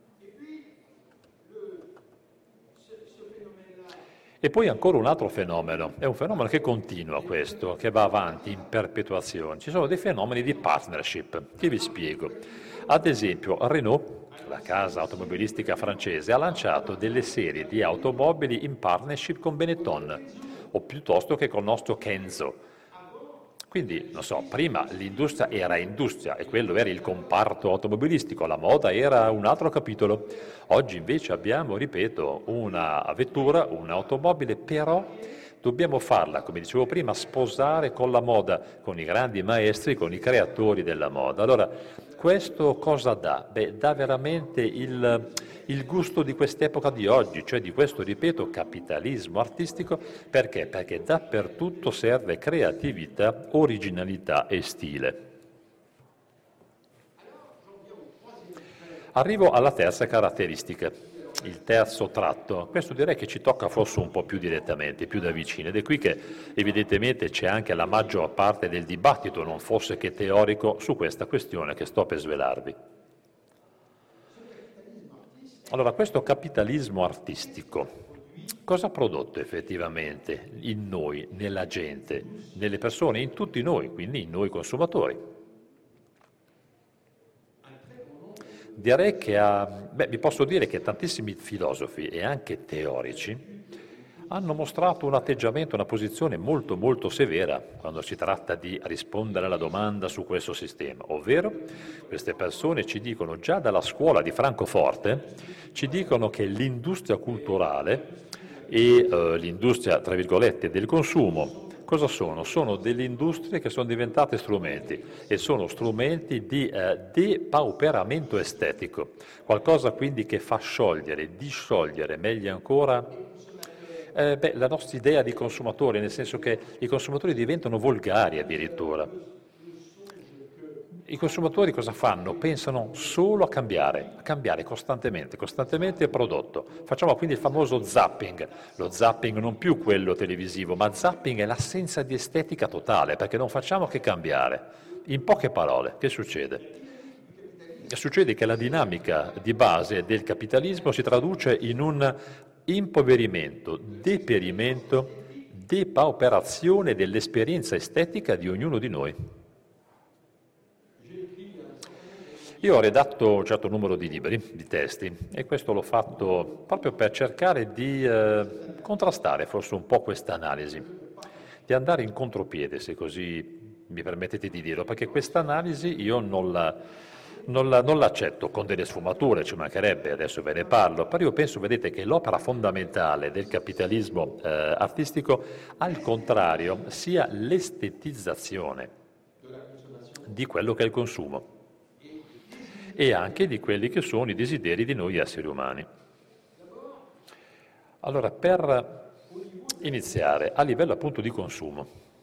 E poi ancora un altro fenomeno, è un fenomeno che continua questo, che va avanti in perpetuazione. Ci sono dei fenomeni di partnership, che vi spiego. Ad esempio, Renault, la casa automobilistica francese, ha lanciato delle serie di automobili in partnership con Benetton, o piuttosto che con il nostro Kenzo. Quindi, non so, prima l'industria era industria e quello era il comparto automobilistico, la moda era un altro capitolo. Oggi invece abbiamo, ripeto, una vettura, un'automobile, però dobbiamo farla, come dicevo prima, sposare con la moda, con i grandi maestri, con i creatori della moda. Allora, questo cosa dà? Beh, dà veramente il, il gusto di quest'epoca di oggi, cioè di questo, ripeto, capitalismo artistico. Perché? Perché dappertutto serve creatività, originalità e stile. Arrivo alla terza caratteristica, il terzo tratto. Questo direi che ci tocca forse un po' più direttamente, più da vicino, ed è qui che evidentemente c'è anche la maggior parte del dibattito, non fosse che teorico, su questa questione che sto per svelarvi. Allora, questo capitalismo artistico, cosa ha prodotto effettivamente in noi, nella gente, nelle persone, in tutti noi, quindi in noi consumatori? Direi che ha, beh, vi posso dire che tantissimi filosofi e anche teorici hanno mostrato un atteggiamento, una posizione molto molto severa quando si tratta di rispondere alla domanda su questo sistema, ovvero queste persone ci dicono già dalla scuola di Francoforte, ci dicono che l'industria culturale e eh, l'industria, tra virgolette, del consumo, cosa sono? Sono delle industrie che sono diventate strumenti e sono strumenti di eh, depauperamento estetico, qualcosa quindi che fa sciogliere, disciogliere, meglio ancora, eh, beh, la nostra idea di consumatore, nel senso che i consumatori diventano volgari addirittura. I consumatori cosa fanno? Pensano solo a cambiare, a cambiare costantemente, costantemente il prodotto. Facciamo quindi il famoso zapping, lo zapping non più quello televisivo, ma zapping è l'assenza di estetica totale, perché non facciamo che cambiare. In poche parole, che succede? Succede che la dinamica di base del capitalismo si traduce in un impoverimento, deperimento, depauperazione dell'esperienza estetica di ognuno di noi. Io ho redatto un certo numero di libri, di testi, e questo l'ho fatto proprio per cercare di eh, contrastare forse un po' questa analisi, di andare in contropiede, se così mi permettete di dirlo, perché questa analisi io non la, non, la, non l'accetto con delle sfumature, ci mancherebbe, adesso ve ne parlo, però io penso, vedete, che l'opera fondamentale del capitalismo eh, artistico, al contrario, sia l'estetizzazione di quello che è il consumo e anche di quelli che sono i desideri di noi esseri umani. Allora, per iniziare, a livello appunto di consumo.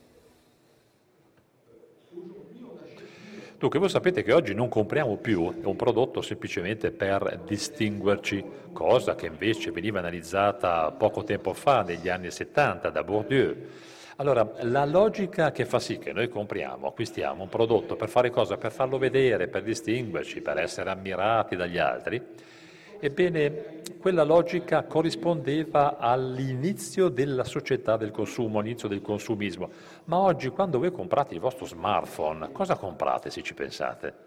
Dunque, voi sapete che oggi non compriamo più un prodotto semplicemente per distinguerci, cosa che invece veniva analizzata poco tempo fa, negli anni settanta, da Bourdieu. Allora, la logica che fa sì che noi compriamo, acquistiamo un prodotto per fare cosa? Per farlo vedere, per distinguerci, per essere ammirati dagli altri, ebbene, quella logica corrispondeva all'inizio della società del consumo, all'inizio del consumismo. Ma oggi, quando voi comprate il vostro smartphone, cosa comprate, se ci pensate?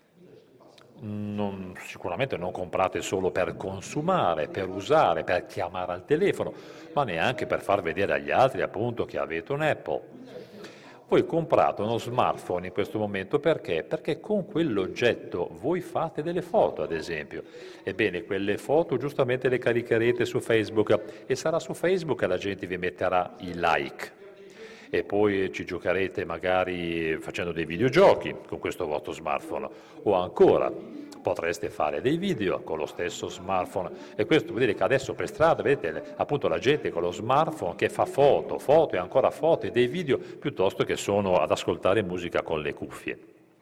Non, sicuramente non comprate solo per consumare, per usare, per chiamare al telefono, ma neanche per far vedere agli altri appunto che avete un Apple. Voi comprate uno smartphone in questo momento perché? Perché con quell'oggetto voi fate delle foto, ad esempio. Ebbene, quelle foto giustamente le caricherete su Facebook e sarà su Facebook che la gente vi metterà i like. E poi ci giocherete magari facendo dei videogiochi con questo vostro smartphone, o ancora potreste fare dei video con lo stesso smartphone, e questo vuol dire che adesso per strada vedete appunto la gente con lo smartphone che fa foto, foto e ancora foto e dei video, piuttosto che sono ad ascoltare musica con le cuffie.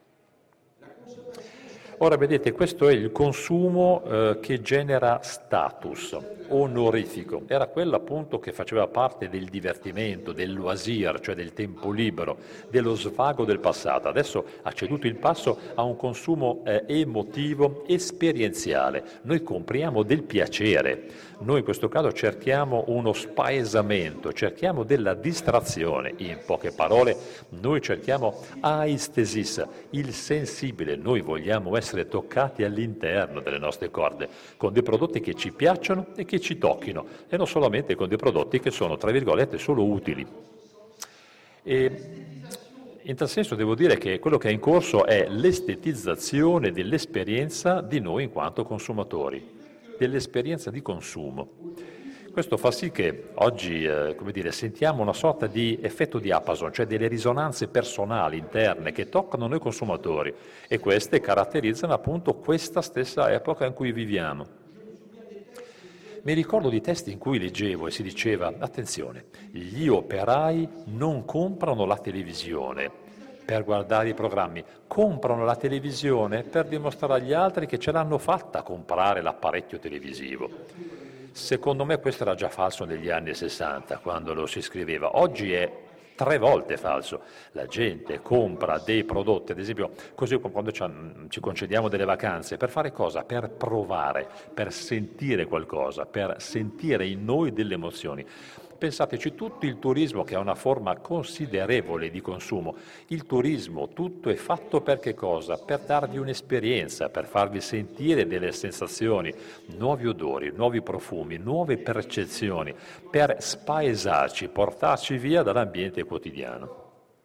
Ora vedete, questo è il consumo eh, che genera status onorifico, era quello appunto che faceva parte del divertimento, del loisir, cioè del tempo libero, dello svago del passato. Adesso ha ceduto il passo a un consumo eh, emotivo, esperienziale. Noi compriamo del piacere, noi in questo caso cerchiamo uno spaesamento, cerchiamo della distrazione, in poche parole noi cerchiamo aistesis, il sensibile, noi vogliamo essere toccati all'interno delle nostre corde, con dei prodotti che ci piacciono e che ci tocchino, e non solamente con dei prodotti che sono, tra virgolette, solo utili. E in tal senso devo dire che quello che è in corso è l'estetizzazione dell'esperienza di noi in quanto consumatori, dell'esperienza di consumo. Questo fa sì che oggi, eh, come dire, sentiamo una sorta di effetto diapason, cioè delle risonanze personali interne che toccano noi consumatori, e queste caratterizzano appunto questa stessa epoca in cui viviamo. Mi ricordo di testi in cui leggevo e si diceva: attenzione, gli operai non comprano la televisione per guardare i programmi, comprano la televisione per dimostrare agli altri che ce l'hanno fatta comprare l'apparecchio televisivo. Secondo me questo era già falso negli anni sessanta, quando lo si scriveva. Oggi è tre volte falso. La gente compra dei prodotti, ad esempio, così come quando ci concediamo delle vacanze, per fare cosa? Per provare, per sentire qualcosa, per sentire in noi delle emozioni. Pensateci, tutto il turismo, che è una forma considerevole di consumo, il turismo tutto è fatto per che cosa? Per darvi un'esperienza, per farvi sentire delle sensazioni, nuovi odori, nuovi profumi, nuove percezioni, per spaesarci, portarci via dall'ambiente quotidiano.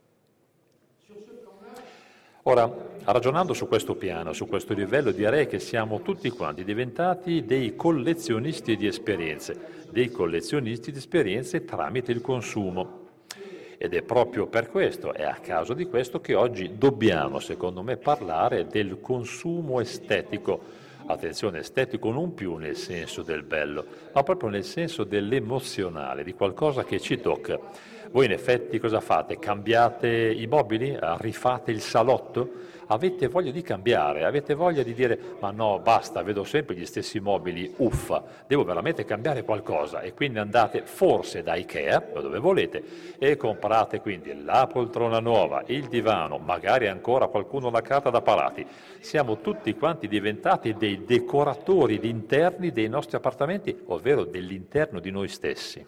Ora, ragionando su questo piano, su questo livello, direi che siamo tutti quanti diventati dei collezionisti di esperienze, dei collezionisti di esperienze tramite il consumo. Ed è proprio per questo, è a causa di questo, che oggi dobbiamo, secondo me, parlare del consumo estetico. Attenzione, estetico non più nel senso del bello, ma proprio nel senso dell'emozionale, di qualcosa che ci tocca. Voi in effetti cosa fate? Cambiate i mobili? Rifate il salotto? Avete voglia di cambiare? Avete voglia di dire: ma no, basta, vedo sempre gli stessi mobili, uffa, devo veramente cambiare qualcosa, e quindi andate forse da Ikea, o dove volete, e comprate quindi la poltrona nuova, il divano, magari ancora qualcuno la carta da parati. Siamo tutti quanti diventati dei decoratori interni dei nostri appartamenti, ovvero dell'interno di noi stessi.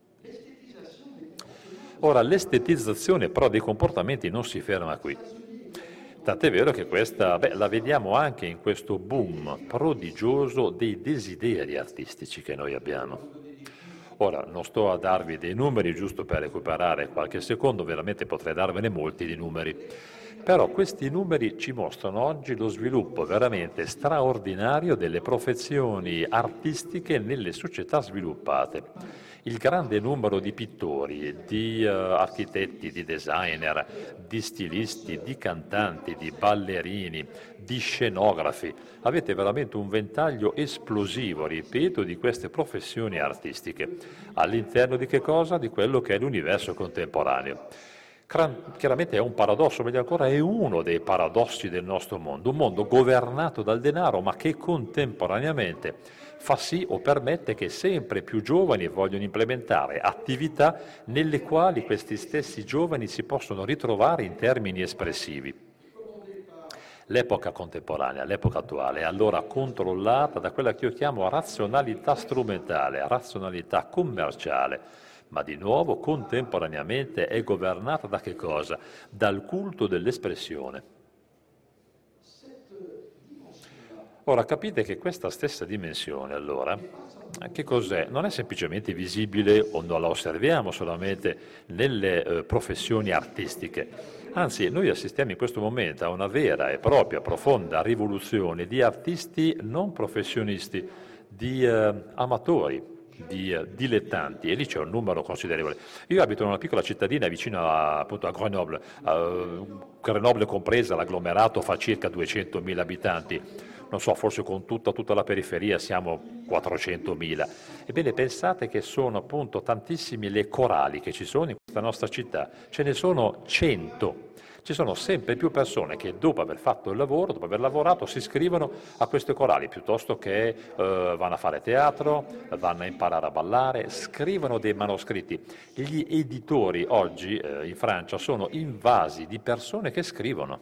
Ora, l'estetizzazione però dei comportamenti non si ferma qui. Tant'è vero che questa, beh, la vediamo anche in questo boom prodigioso dei desideri artistici che noi abbiamo. Ora, non sto a darvi dei numeri giusto per recuperare qualche secondo, veramente potrei darvene molti di numeri. Però questi numeri ci mostrano oggi lo sviluppo veramente straordinario delle professioni artistiche nelle società sviluppate. Il grande numero di pittori, di uh, architetti, di designer, di stilisti, di cantanti, di ballerini, di scenografi. Avete veramente un ventaglio esplosivo, ripeto, di queste professioni artistiche. All'interno di che cosa? Di quello che è l'universo contemporaneo. Chiaramente è un paradosso, meglio ancora è uno dei paradossi del nostro mondo, un mondo governato dal denaro, ma che contemporaneamente fa sì o permette che sempre più giovani vogliono implementare attività nelle quali questi stessi giovani si possono ritrovare in termini espressivi. L'epoca contemporanea, l'epoca attuale, è allora controllata da quella che io chiamo razionalità strumentale, razionalità commerciale, ma di nuovo contemporaneamente è governata da che cosa? Dal culto dell'espressione. Ora capite che questa stessa dimensione, allora, che cos'è? Non è semplicemente visibile o non la osserviamo solamente nelle eh, professioni artistiche, anzi noi assistiamo in questo momento a una vera e propria profonda rivoluzione di artisti non professionisti, di eh, amatori, di uh, dilettanti, e lì c'è un numero considerevole. Io abito in una piccola cittadina vicino a, appunto, a Grenoble, uh, Grenoble compresa, l'agglomerato fa circa duecentomila abitanti. non so, forse con tutta, tutta la periferia siamo quattrocentomila. Ebbene, pensate che sono appunto tantissimi le corali che ci sono in questa nostra città, ce ne sono cento. Ci sono sempre più persone che dopo aver fatto il lavoro, dopo aver lavorato, si iscrivono a queste corali, piuttosto che eh, vanno a fare teatro, vanno a imparare a ballare, scrivono dei manoscritti. Gli editori oggi eh, in Francia sono invasi di persone che scrivono,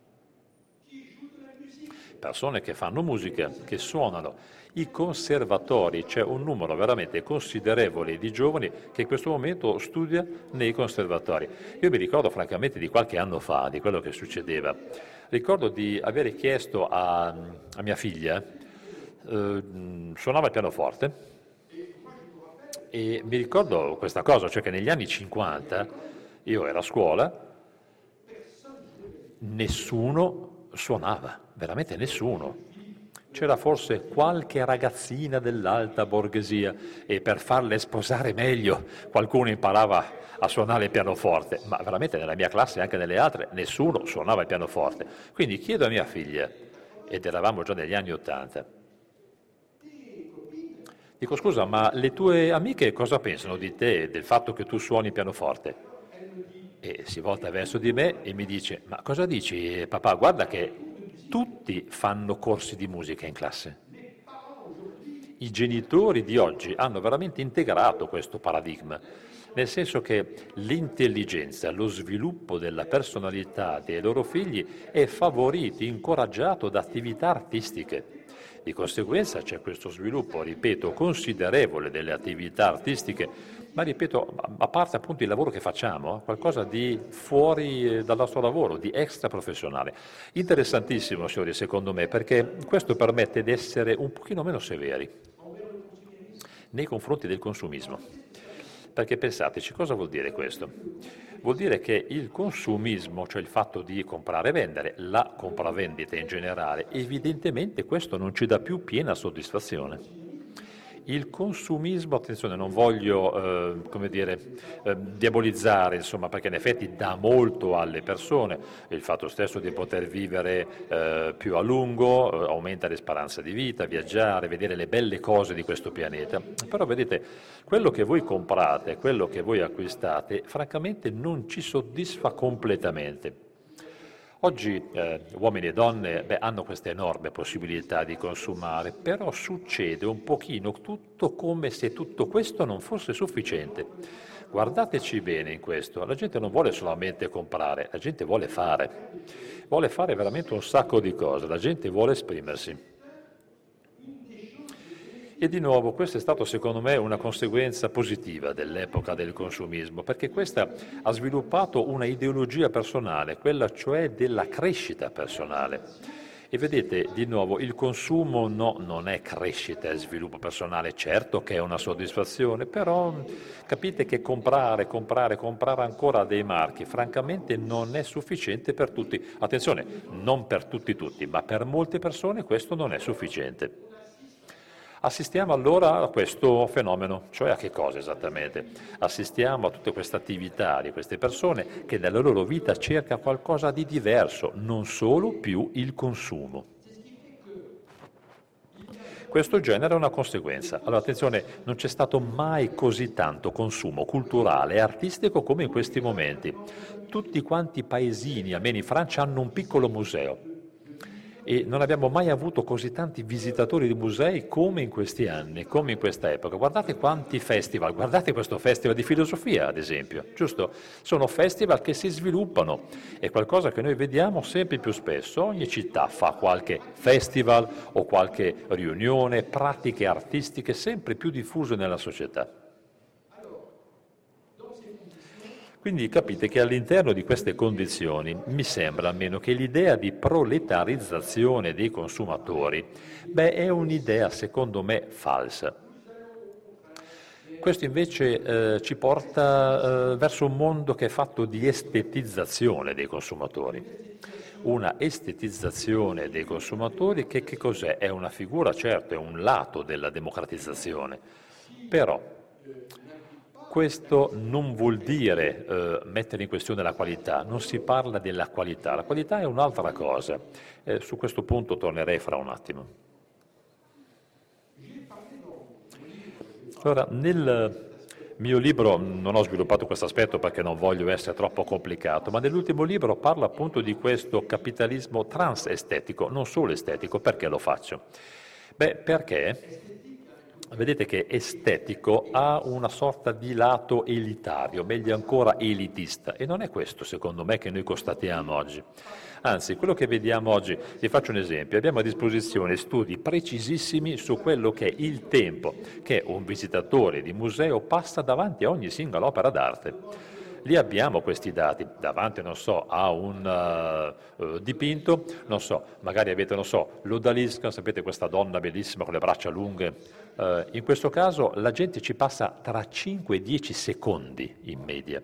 persone che fanno musica, che suonano. I conservatori, c'è un numero veramente considerevole di giovani che in questo momento studia nei conservatori. Io mi ricordo francamente di qualche anno fa, di quello che succedeva. Ricordo di avere chiesto a, a mia figlia, eh, suonava il pianoforte, e mi ricordo questa cosa, cioè che negli anni cinquanta, io ero a scuola, nessuno suonava, veramente nessuno. C'era forse qualche ragazzina dell'alta borghesia e per farle sposare meglio qualcuno imparava a suonare il pianoforte, ma veramente nella mia classe e anche nelle altre nessuno suonava il pianoforte. Quindi chiedo a mia figlia, ed eravamo già negli anni Ottanta, dico scusa, ma le tue amiche cosa pensano di te, del fatto che tu suoni il pianoforte? E si volta verso di me e mi dice, ma cosa dici papà, guarda che tutti fanno corsi di musica in classe. I genitori di oggi hanno veramente integrato questo paradigma, nel senso che l'intelligenza, lo sviluppo della personalità dei loro figli è favorito, incoraggiato da attività artistiche. Di conseguenza c'è questo sviluppo, ripeto, considerevole delle attività artistiche, ma ripeto, a parte appunto il lavoro che facciamo, qualcosa di fuori dal nostro lavoro, di extra professionale. Interessantissimo, signori, secondo me, perché questo permette di essere un pochino meno severi nei confronti del consumismo. Perché pensateci, cosa vuol dire questo? Vuol dire che il consumismo, cioè il fatto di comprare e vendere, la compravendita in generale, evidentemente questo non ci dà più piena soddisfazione. Il consumismo, attenzione, non voglio eh, come dire, eh, diabolizzare, insomma, perché in effetti dà molto alle persone, il fatto stesso di poter vivere eh, più a lungo, eh, aumenta le speranze di vita, viaggiare, vedere le belle cose di questo pianeta. Però vedete, quello che voi comprate, quello che voi acquistate, francamente non ci soddisfa completamente. Oggi eh, uomini e donne beh, hanno queste enorme possibilità di consumare, però succede un pochino tutto come se tutto questo non fosse sufficiente. Guardateci bene in questo, la gente non vuole solamente comprare, la gente vuole fare, vuole fare veramente un sacco di cose, la gente vuole esprimersi. E di nuovo questo è stato secondo me una conseguenza positiva dell'epoca del consumismo, perché questa ha sviluppato una ideologia personale, quella cioè della crescita personale. E vedete, di nuovo, il consumo no, non è crescita e sviluppo personale, certo che è una soddisfazione, però capite che comprare, comprare, comprare ancora dei marchi, francamente non è sufficiente per tutti. Attenzione, non per tutti tutti, ma per molte persone questo non è sufficiente. Assistiamo allora a questo fenomeno, cioè a che cosa esattamente? Assistiamo a tutta questa attività di queste persone che nella loro vita cerca qualcosa di diverso, non solo più il consumo. Questo genera una conseguenza. Allora attenzione, non c'è stato mai così tanto consumo culturale e artistico come in questi momenti. Tutti quanti i paesini, almeno in Francia, hanno un piccolo museo. E non abbiamo mai avuto così tanti visitatori di musei come in questi anni, come in questa epoca. Guardate quanti festival, guardate questo festival di filosofia ad esempio, giusto? Sono festival che si sviluppano, è qualcosa che noi vediamo sempre più spesso, ogni città fa qualche festival o qualche riunione, pratiche artistiche sempre più diffuse nella società. Quindi capite che all'interno di queste condizioni mi sembra almeno che l'idea di proletarizzazione dei consumatori beh, è un'idea secondo me falsa. Questo invece eh, ci porta eh, verso un mondo che è fatto di estetizzazione dei consumatori. Una estetizzazione dei consumatori che, che cos'è? È una figura, certo, è un lato della democratizzazione, però Questo non vuol dire eh, mettere in questione la qualità, non si parla della qualità, la qualità è un'altra cosa. Eh, su questo punto tornerei fra un attimo. Allora, nel mio libro non ho sviluppato questo aspetto perché non voglio essere troppo complicato, ma nell'ultimo libro parlo appunto di questo capitalismo transestetico, non solo estetico. Perché lo faccio? Beh, perché vedete che estetico ha una sorta di lato elitario, meglio ancora elitista, e non è questo secondo me che noi constatiamo oggi. Anzi, quello che vediamo oggi, vi faccio un esempio, abbiamo a disposizione studi precisissimi su quello che è il tempo che un visitatore di museo passa davanti a ogni singola opera d'arte. Lì abbiamo questi dati, davanti, non so, a un uh, uh, dipinto, non so, magari avete, non so, l'Odalisca, sapete questa donna bellissima con le braccia lunghe, uh, in questo caso la gente ci passa tra cinque e dieci secondi in media.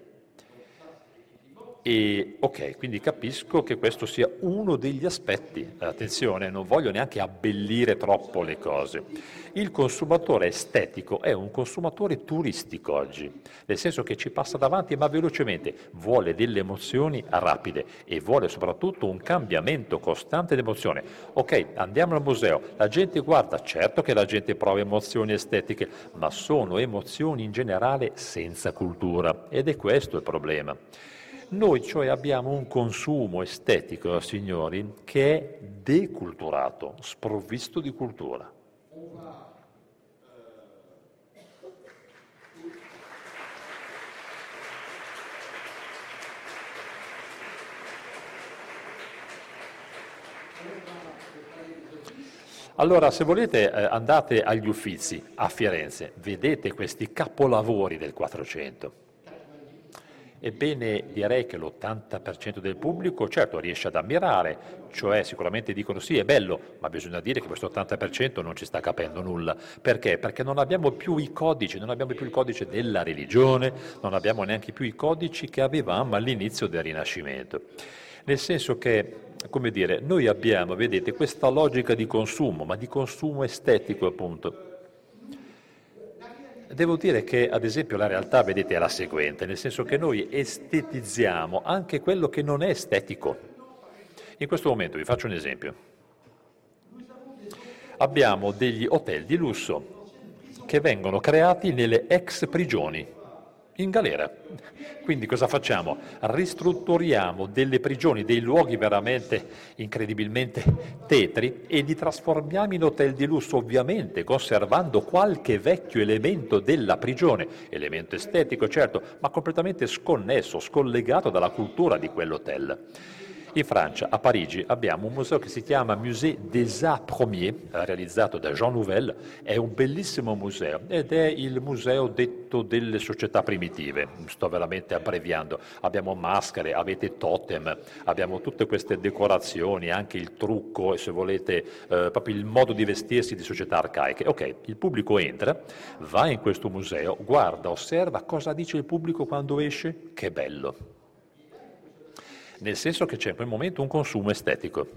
E ok, quindi capisco che questo sia uno degli aspetti. Attenzione, non voglio neanche abbellire troppo le cose. Il consumatore estetico è un consumatore turistico oggi, nel senso che ci passa davanti ma velocemente, vuole delle emozioni rapide e vuole soprattutto un cambiamento costante di emozione. Ok, andiamo al museo, la gente guarda, certo che la gente prova emozioni estetiche, ma sono emozioni in generale senza cultura, ed è questo il problema. Noi cioè abbiamo un consumo estetico, signori, che è deculturato, sprovvisto di cultura. Allora, se volete, eh, andate agli Uffizi a Firenze, vedete questi capolavori del Quattrocento. Ebbene, direi che l'ottanta per cento del pubblico, certo, riesce ad ammirare, cioè sicuramente dicono sì, è bello, ma bisogna dire che questo ottanta per cento non ci sta capendo nulla. Perché? Perché non abbiamo più i codici, non abbiamo più il codice della religione, non abbiamo neanche più i codici che avevamo all'inizio del Rinascimento. Nel senso che, come dire, noi abbiamo, vedete, questa logica di consumo, ma di consumo estetico appunto. Devo dire che, ad esempio, la realtà, vedete, è la seguente, nel senso che noi estetizziamo anche quello che non è estetico. In questo momento vi faccio un esempio. Abbiamo degli hotel di lusso che vengono creati nelle ex prigioni, in galera. Quindi cosa facciamo? Ristrutturiamo delle prigioni, dei luoghi veramente incredibilmente tetri e li trasformiamo in hotel di lusso, ovviamente conservando qualche vecchio elemento della prigione, elemento estetico certo, ma completamente sconnesso, scollegato dalla cultura di quell'hotel. In Francia, a Parigi, abbiamo un museo che si chiama Musée des Arts Premiers, realizzato da Jean Nouvel. È un bellissimo museo ed è il museo detto delle società primitive. Sto veramente abbreviando. Abbiamo maschere, avete totem, abbiamo tutte queste decorazioni, anche il trucco e, se volete, eh, proprio il modo di vestirsi di società arcaiche. Ok, il pubblico entra, va in questo museo, guarda, osserva cosa dice il pubblico quando esce. Che bello! Nel senso che c'è in quel momento un consumo estetico.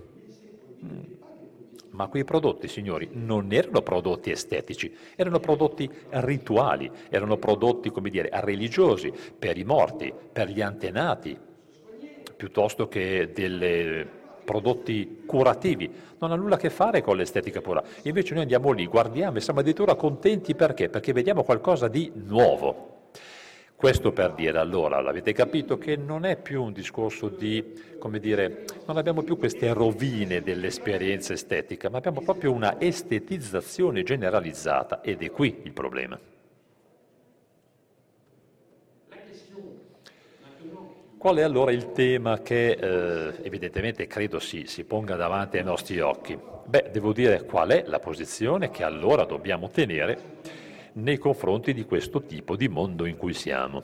Ma quei prodotti, signori, non erano prodotti estetici, erano prodotti rituali, erano prodotti, come dire, religiosi, per i morti, per gli antenati, piuttosto che dei prodotti curativi. Non ha nulla a che fare con l'estetica pura. Invece noi andiamo lì, guardiamo e siamo addirittura contenti perché? Perché vediamo qualcosa di nuovo. Questo per dire, allora, l'avete capito che non è più un discorso di, come dire, non abbiamo più queste rovine dell'esperienza estetica, ma abbiamo proprio una estetizzazione generalizzata, ed è qui il problema. Qual è allora il tema che eh, evidentemente credo si, si ponga davanti ai nostri occhi? Beh, devo dire qual è la posizione che allora dobbiamo tenere nei confronti di questo tipo di mondo in cui siamo.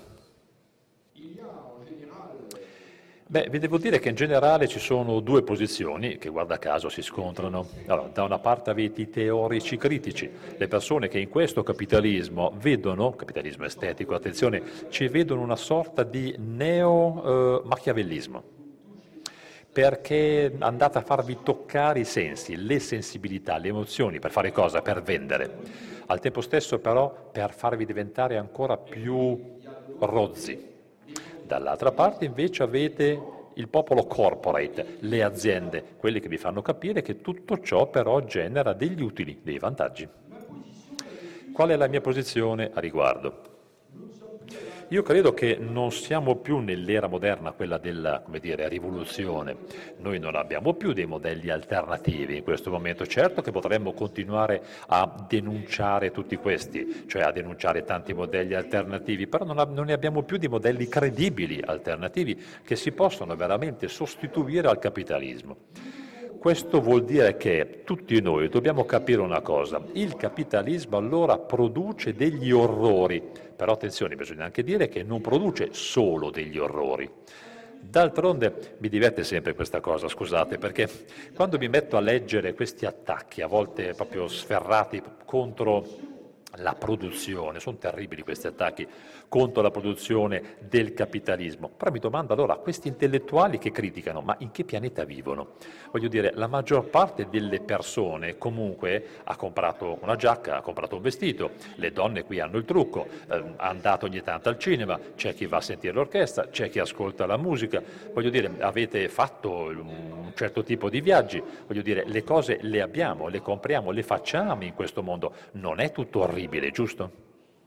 Beh, vi devo dire che in generale ci sono due posizioni che, guarda caso, si scontrano. Allora, da una parte avete i teorici critici, le persone che in questo capitalismo vedono, capitalismo estetico, attenzione, ci vedono una sorta di neo-machiavellismo. Perché andate a farvi toccare i sensi, le sensibilità, le emozioni, per fare cosa? Per vendere. al tempo stesso però per farvi diventare ancora più rozzi. Dall'altra parte invece avete il popolo corporate, le aziende, quelli che vi fanno capire che tutto ciò però genera degli utili, dei vantaggi. Qual è la mia posizione a riguardo? Io credo che non siamo più nell'era moderna, quella della, come dire, rivoluzione. Noi non abbiamo più dei modelli alternativi in questo momento. Certo che potremmo continuare a denunciare tutti questi, cioè a denunciare tanti modelli alternativi, però non, non ne abbiamo più di modelli credibili alternativi che si possono veramente sostituire al capitalismo. Questo vuol dire che tutti noi dobbiamo capire una cosa: il capitalismo allora produce degli orrori, però attenzione, bisogna anche dire che non produce solo degli orrori. D'altronde mi diverte sempre questa cosa, scusate, perché quando mi metto a leggere questi attacchi, a volte proprio sferrati contro la produzione, sono terribili questi attacchi contro la produzione del capitalismo, però mi domando allora, questi intellettuali che criticano, ma in che pianeta vivono? Voglio dire, la maggior parte delle persone comunque ha comprato una giacca, ha comprato un vestito, le donne qui hanno il trucco, eh, ha andato ogni tanto al cinema, c'è chi va a sentire l'orchestra, c'è chi ascolta la musica, voglio dire, avete fatto un certo tipo di viaggi, voglio dire, le cose le abbiamo, le compriamo, le facciamo in questo mondo, non è tutto orribile, giusto?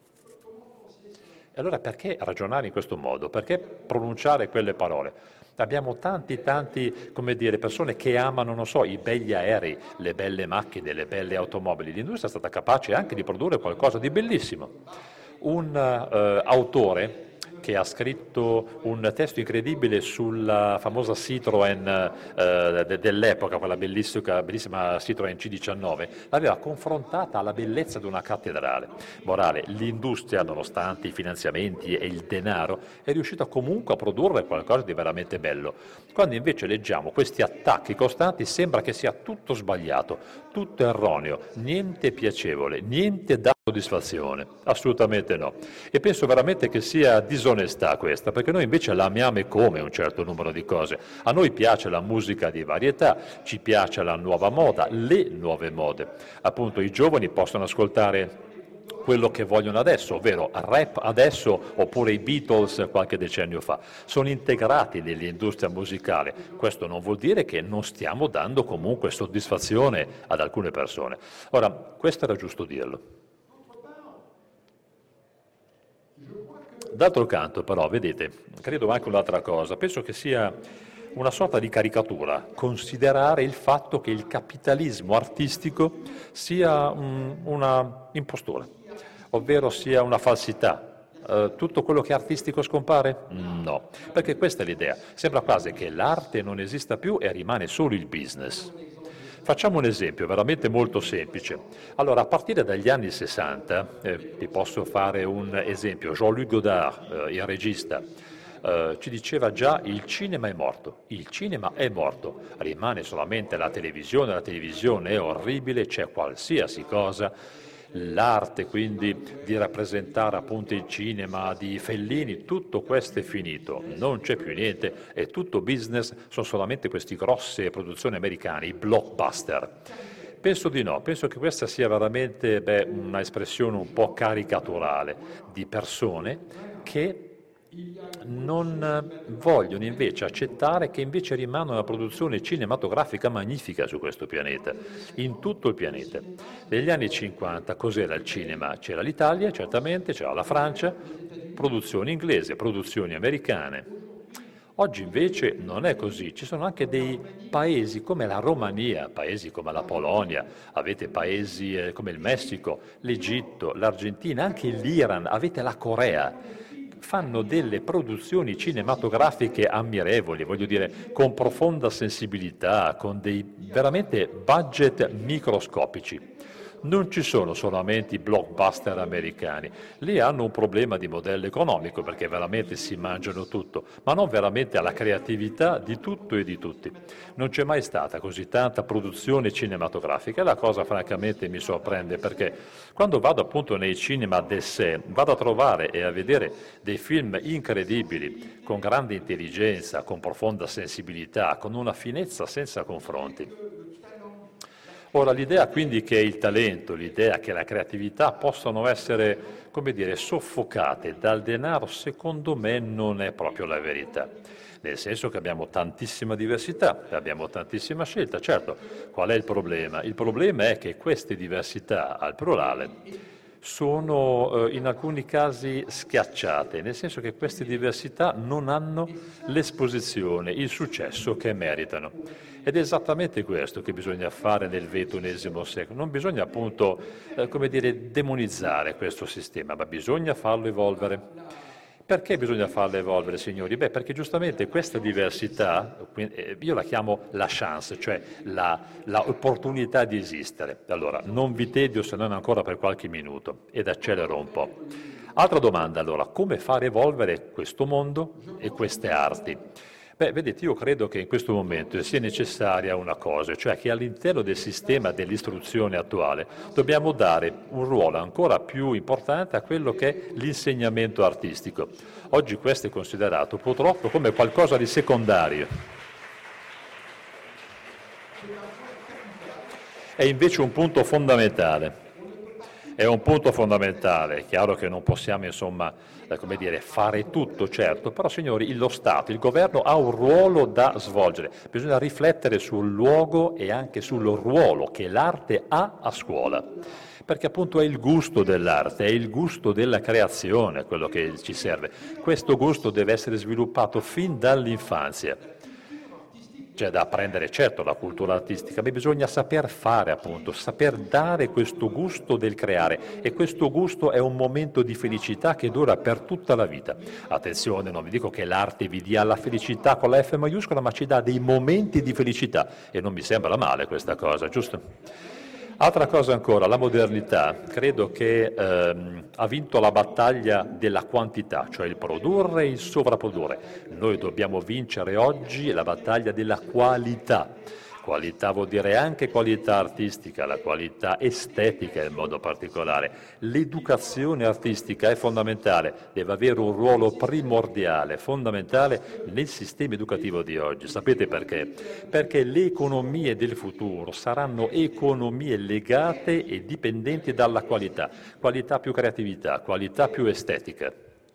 E allora perché ragionare in questo modo? Perché pronunciare quelle parole? Abbiamo tanti, tanti, come dire, persone che amano, non so, i begli aerei, le belle macchine, le belle automobili. L'industria è stata capace anche di produrre qualcosa di bellissimo. Un uh, autore che ha scritto un testo incredibile sulla famosa Citroën eh, dell'epoca, quella bellissima, bellissima Citroën C diciannove, l'aveva confrontata alla bellezza di una cattedrale. Morale, l'industria, nonostante i finanziamenti e il denaro, è riuscita comunque a produrre qualcosa di veramente bello. Quando invece leggiamo questi attacchi costanti sembra che sia tutto sbagliato, tutto erroneo, niente piacevole, niente da soddisfazione, assolutamente no. E penso veramente che sia disonestà questa, perché noi invece la amiamo e come un certo numero di cose. A noi piace la musica di varietà, ci piace la nuova moda, le nuove mode. Appunto i giovani possono ascoltare quello che vogliono adesso, ovvero rap adesso oppure i Beatles qualche decennio fa. Sono integrati nell'industria musicale. Questo non vuol dire che non stiamo dando comunque soddisfazione ad alcune persone. Ora, questo era giusto dirlo. D'altro canto, però, vedete, credo anche un'altra cosa, penso che sia una sorta di caricatura considerare il fatto che il capitalismo artistico sia un, una impostura, ovvero sia una falsità. Uh, tutto quello che è artistico scompare? No, perché questa è l'idea. Sembra quasi che l'arte non esista più e rimane solo il business. Facciamo un esempio veramente molto semplice. Allora, a partire dagli anni sessanta, eh, vi posso fare un esempio, Jean-Luc Godard, eh, il regista, eh, ci diceva già il cinema è morto, il cinema è morto, rimane solamente la televisione, la televisione è orribile, c'è qualsiasi cosa. L'arte quindi di rappresentare appunto il cinema di Fellini, tutto questo è finito, non c'è più niente, è tutto business, sono solamente queste grosse produzioni americane, i blockbuster. Penso di no, penso che questa sia veramente beh, una espressione un po' caricaturale di persone che non vogliono invece accettare che invece rimane una produzione cinematografica magnifica su questo pianeta, in tutto il pianeta. Negli anni cinquanta cos'era il cinema? C'era l'Italia, certamente, c'era la Francia, produzioni inglesi, produzioni americane. Oggi invece non è così, ci sono anche dei paesi come la Romania, paesi come la Polonia, avete paesi eh, come il Messico, l'Egitto, l'Argentina, anche l'Iran, avete la Corea. Fanno delle produzioni cinematografiche ammirevoli, voglio dire, con profonda sensibilità, con dei veramente budget microscopici. Non ci sono solamente i blockbuster americani, lì hanno un problema di modello economico perché veramente si mangiano tutto, ma non veramente alla creatività di tutto e di tutti. Non c'è mai stata così tanta produzione cinematografica e la cosa francamente mi sorprende perché quando vado appunto nei cinema d'essai vado a trovare e a vedere dei film incredibili, con grande intelligenza, con profonda sensibilità, con una finezza senza confronti. Ora, l'idea quindi che il talento, l'idea che la creatività possano essere, come dire, soffocate dal denaro, secondo me non è proprio la verità. Nel senso che abbiamo tantissima diversità, abbiamo tantissima scelta. Certo, qual è il problema? Il problema è che queste diversità, al plurale, sono eh, in alcuni casi schiacciate, nel senso che queste diversità non hanno l'esposizione, il successo che meritano. Ed è esattamente questo che bisogna fare nel ventunesimo secolo. Non bisogna appunto, eh, come dire, demonizzare questo sistema, ma bisogna farlo evolvere. Perché bisogna farlo evolvere, signori? Beh, perché giustamente questa diversità, io la chiamo la chance, cioè la, la opportunità di esistere. Allora, non vi tedio se non ancora per qualche minuto ed accelero un po'. Altra domanda, allora, come fare evolvere questo mondo e queste arti? Beh, vedete, io credo che in questo momento sia necessaria una cosa, cioè che all'interno del sistema dell'istruzione attuale dobbiamo dare un ruolo ancora più importante a quello che è l'insegnamento artistico. Oggi questo è considerato purtroppo come qualcosa di secondario. È invece un punto fondamentale. È un punto fondamentale, è chiaro che non possiamo insomma, eh, come dire, fare tutto, certo, però signori, lo Stato, il governo ha un ruolo da svolgere, bisogna riflettere sul luogo e anche sul ruolo che l'arte ha a scuola, perché appunto è il gusto dell'arte, è il gusto della creazione quello che ci serve, questo gusto deve essere sviluppato fin dall'infanzia. C'è da apprendere certo la cultura artistica, ma bisogna saper fare appunto, saper dare questo gusto del creare e questo gusto è un momento di felicità che dura per tutta la vita. Attenzione, non vi dico che l'arte vi dia la felicità con la F maiuscola, ma ci dà dei momenti di felicità e non mi sembra male questa cosa, giusto? Altra cosa ancora, la modernità credo che ehm, ha vinto la battaglia della quantità, cioè il produrre e il sovrapprodurre. Noi dobbiamo vincere oggi la battaglia della qualità. Qualità vuol dire anche qualità artistica, la qualità estetica in modo particolare. L'educazione artistica è fondamentale, deve avere un ruolo primordiale, fondamentale nel sistema educativo di oggi. Sapete perché? Perché le economie del futuro saranno economie legate e dipendenti dalla qualità. Qualità più creatività, qualità più estetica.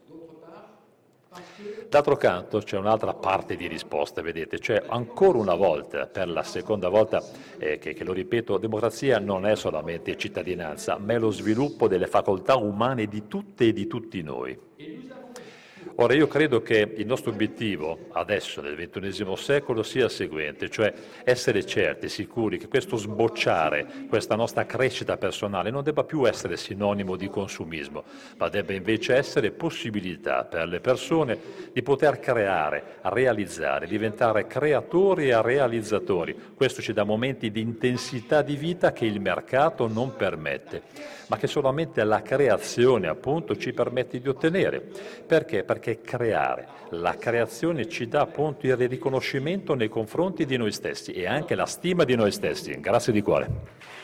D'altro canto c'è un'altra parte di risposta, vedete, cioè ancora una volta, per la seconda volta, eh, che, che lo ripeto, democrazia non è solamente cittadinanza, ma è lo sviluppo delle facoltà umane di tutte e di tutti noi. Ora io credo che il nostro obiettivo adesso nel ventunesimo secolo sia il seguente, cioè essere certi, sicuri che questo sbocciare, questa nostra crescita personale non debba più essere sinonimo di consumismo, ma debba invece essere possibilità per le persone di poter creare, realizzare, diventare creatori e realizzatori. Questo ci dà momenti di intensità di vita che il mercato non permette, ma che solamente la creazione appunto ci permette di ottenere. Perché? Perché creare, la creazione ci dà appunto il riconoscimento nei confronti di noi stessi e anche la stima di noi stessi. Grazie di cuore.